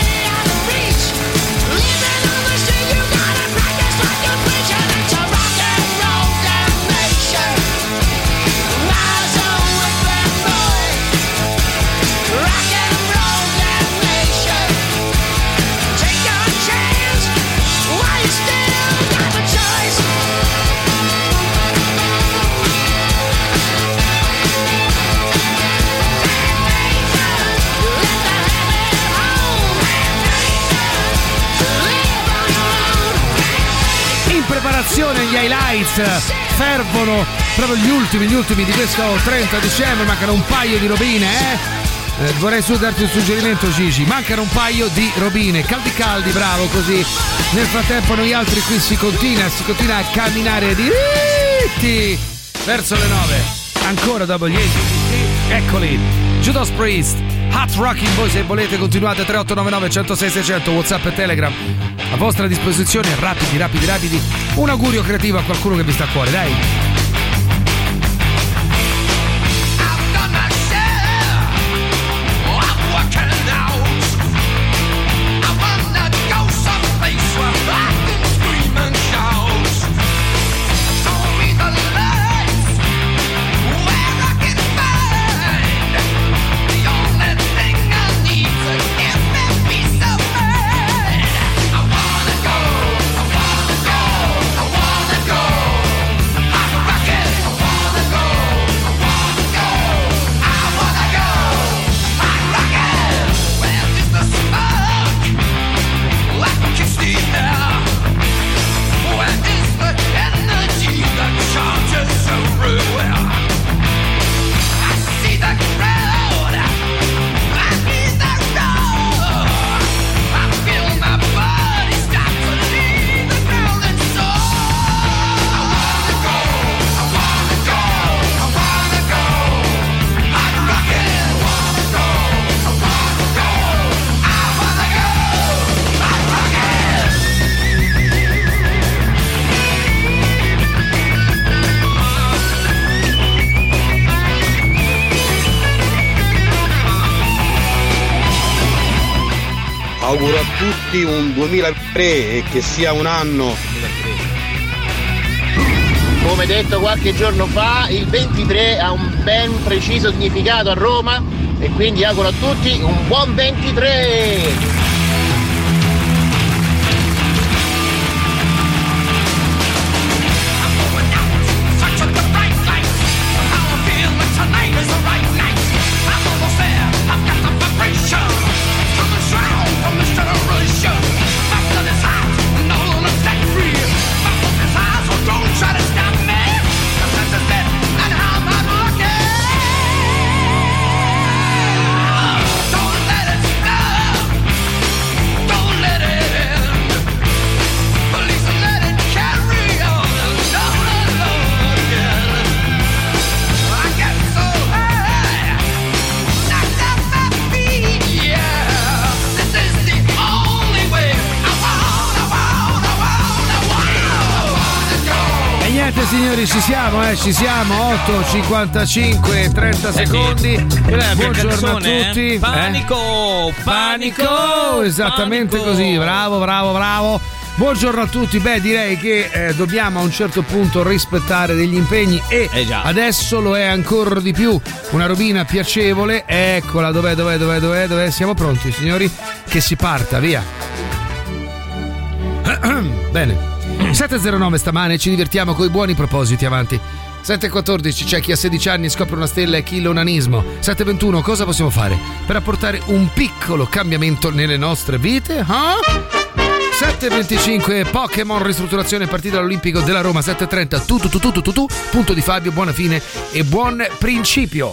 [SPEAKER 3] Gli highlights fervono proprio gli ultimi di questo 30 dicembre. Mancano un paio di robine, vorrei darti un suggerimento, Gigi. Mancano un paio di robine caldi, bravo, così nel frattempo noi altri qui si continua a camminare diritti verso le 9. Ancora dopo gli ACDC, eccoli, Judas Priest, Hot Rocking. Voi se volete continuate 3899 106 600, WhatsApp e Telegram a vostra disposizione. Rapidi. Un augurio creativo a qualcuno che vi sta a cuore, dai.
[SPEAKER 6] I
[SPEAKER 19] auguro a tutti un 2003 e che sia un anno.
[SPEAKER 20] Come detto qualche giorno fa, il 23 ha un ben preciso significato a Roma e quindi auguro a tutti un buon 23!
[SPEAKER 3] Signori, ci siamo, 8:55, 30 secondi. Buongiorno a tutti.
[SPEAKER 4] Panico,
[SPEAKER 3] esattamente
[SPEAKER 4] panico.
[SPEAKER 3] Così, bravo. Buongiorno a tutti. Beh, direi che dobbiamo a un certo punto rispettare degli impegni e adesso lo è ancora di più. Una robina piacevole, eccola, dov'è? Siamo pronti, signori? Che si parta, via. Bene. 7:09 stamane, ci divertiamo coi buoni propositi, avanti. 7:14 c'è chi a 16 anni scopre una stella e chi l'onanismo. 7:21 cosa possiamo fare per apportare un piccolo cambiamento nelle nostre vite? 7:25 Pokémon ristrutturazione partita all'Olimpico della Roma. 7:30 tu punto di Fabio, buona fine e buon principio.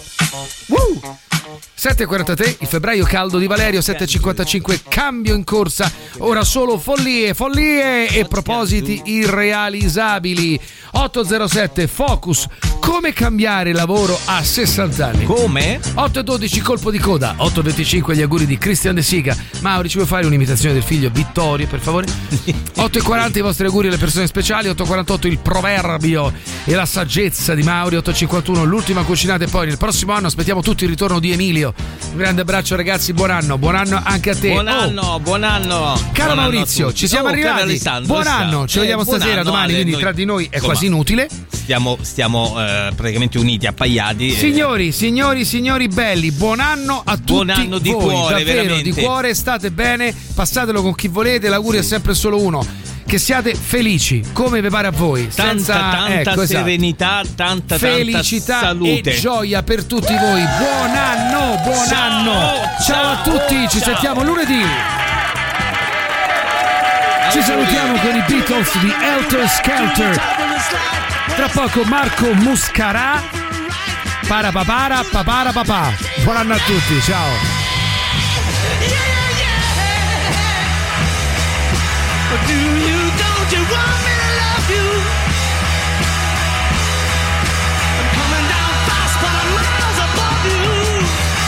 [SPEAKER 3] 7:43 il febbraio caldo di Valerio. 7:55 cambio in corsa, ora solo follie e propositi irrealizzabili. 8:07 Focus, come cambiare lavoro a 60 anni.
[SPEAKER 4] Come?
[SPEAKER 3] 8:12 colpo di coda. 8:25 gli auguri di Christian De Siga. Mauri, ci vuoi fare un'imitazione del figlio Vittorio, per favore? 8:40 i vostri auguri alle persone speciali. 8:48 il proverbio e la saggezza di Mauri. 8:51 l'ultima cucinata e poi nel prossimo anno aspettiamo tutti il ritorno di Emilio. Un grande abbraccio ragazzi, buon anno anche a te.
[SPEAKER 4] Buon anno.
[SPEAKER 3] Caro Maurizio, ci siamo arrivati. Buon anno, ci vediamo stasera, domani, quindi tra di noi è quasi inutile.
[SPEAKER 4] Stiamo praticamente uniti, appaiati.
[SPEAKER 3] Signori belli, buon anno a tutti.
[SPEAKER 4] Buon anno di
[SPEAKER 3] voi,
[SPEAKER 4] cuore,
[SPEAKER 3] davvero,
[SPEAKER 4] veramente.
[SPEAKER 3] di cuore, state bene, passatelo con chi volete, l'augurio è sempre solo uno. Che siate felici, come vi pare a voi,
[SPEAKER 4] tanta serenità, tanta
[SPEAKER 3] felicità
[SPEAKER 4] salute
[SPEAKER 3] e gioia per tutti voi. Buon anno. Ciao a tutti, ci sentiamo lunedì. Ci salutiamo con i Beatles di Helter Skelter. Tra poco Marco Muscarà. Papara papà. Buon anno a tutti, ciao.
[SPEAKER 6] Don't you want me to love you? I'm coming down fast, but I'm miles above you.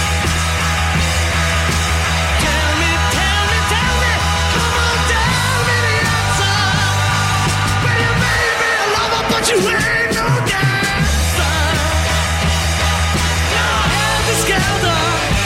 [SPEAKER 6] Tell me, come on, tell me the answer. Well, you may be a lover, but you ain't no dancer. No, helter skelter.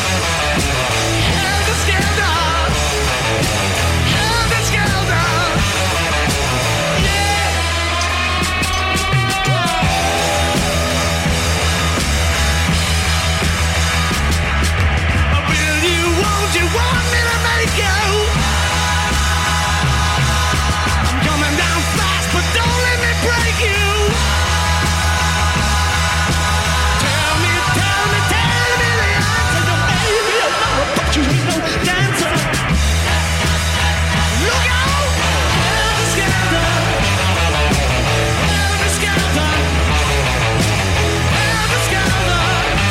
[SPEAKER 6] You want me to make you? I'm coming down fast, but don't let me break you. Tell me the answer. You may be a lover, but you ain't no dancer. Look out! Helter skelter. Helter skelter. Helter skelter.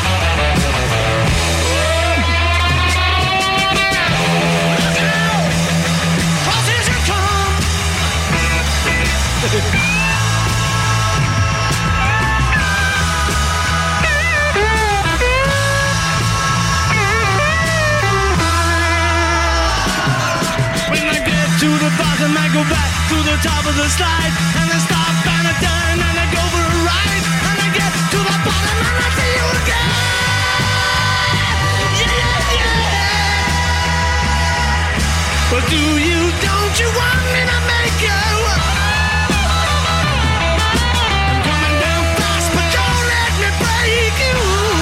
[SPEAKER 6] When I get to the bottom, I go back to the top of the slide, and I stop and I turn and I go for a ride, and I get to the bottom and I see you again. Yeah. Well, do you, don't you want me to make you? I'm coming down fast, but don't let me break you.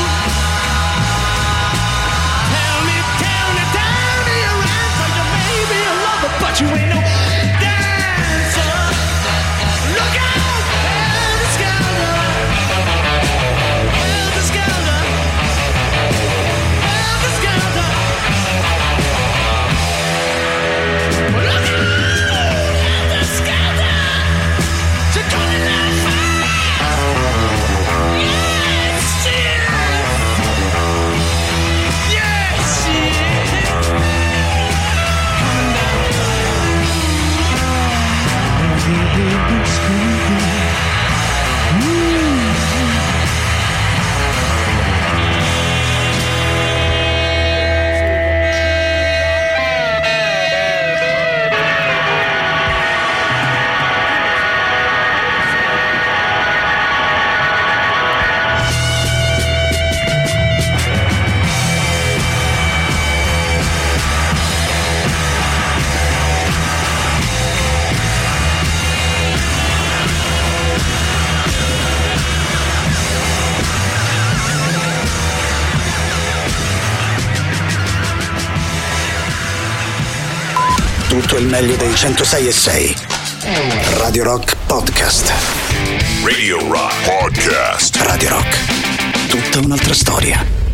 [SPEAKER 6] Tell me down to your hands, like you may be a lover, but you ain't no dancer. Look out, helter skelter, helter skelter, helter skelter. Look out, helter skelter, so coming down fast. Yes, yes, yes, yes. Coming down
[SPEAKER 1] Tutto il meglio dei 106.6. Radio Rock Podcast.
[SPEAKER 2] Radio Rock Podcast.
[SPEAKER 1] Radio Rock. Tutta un'altra storia.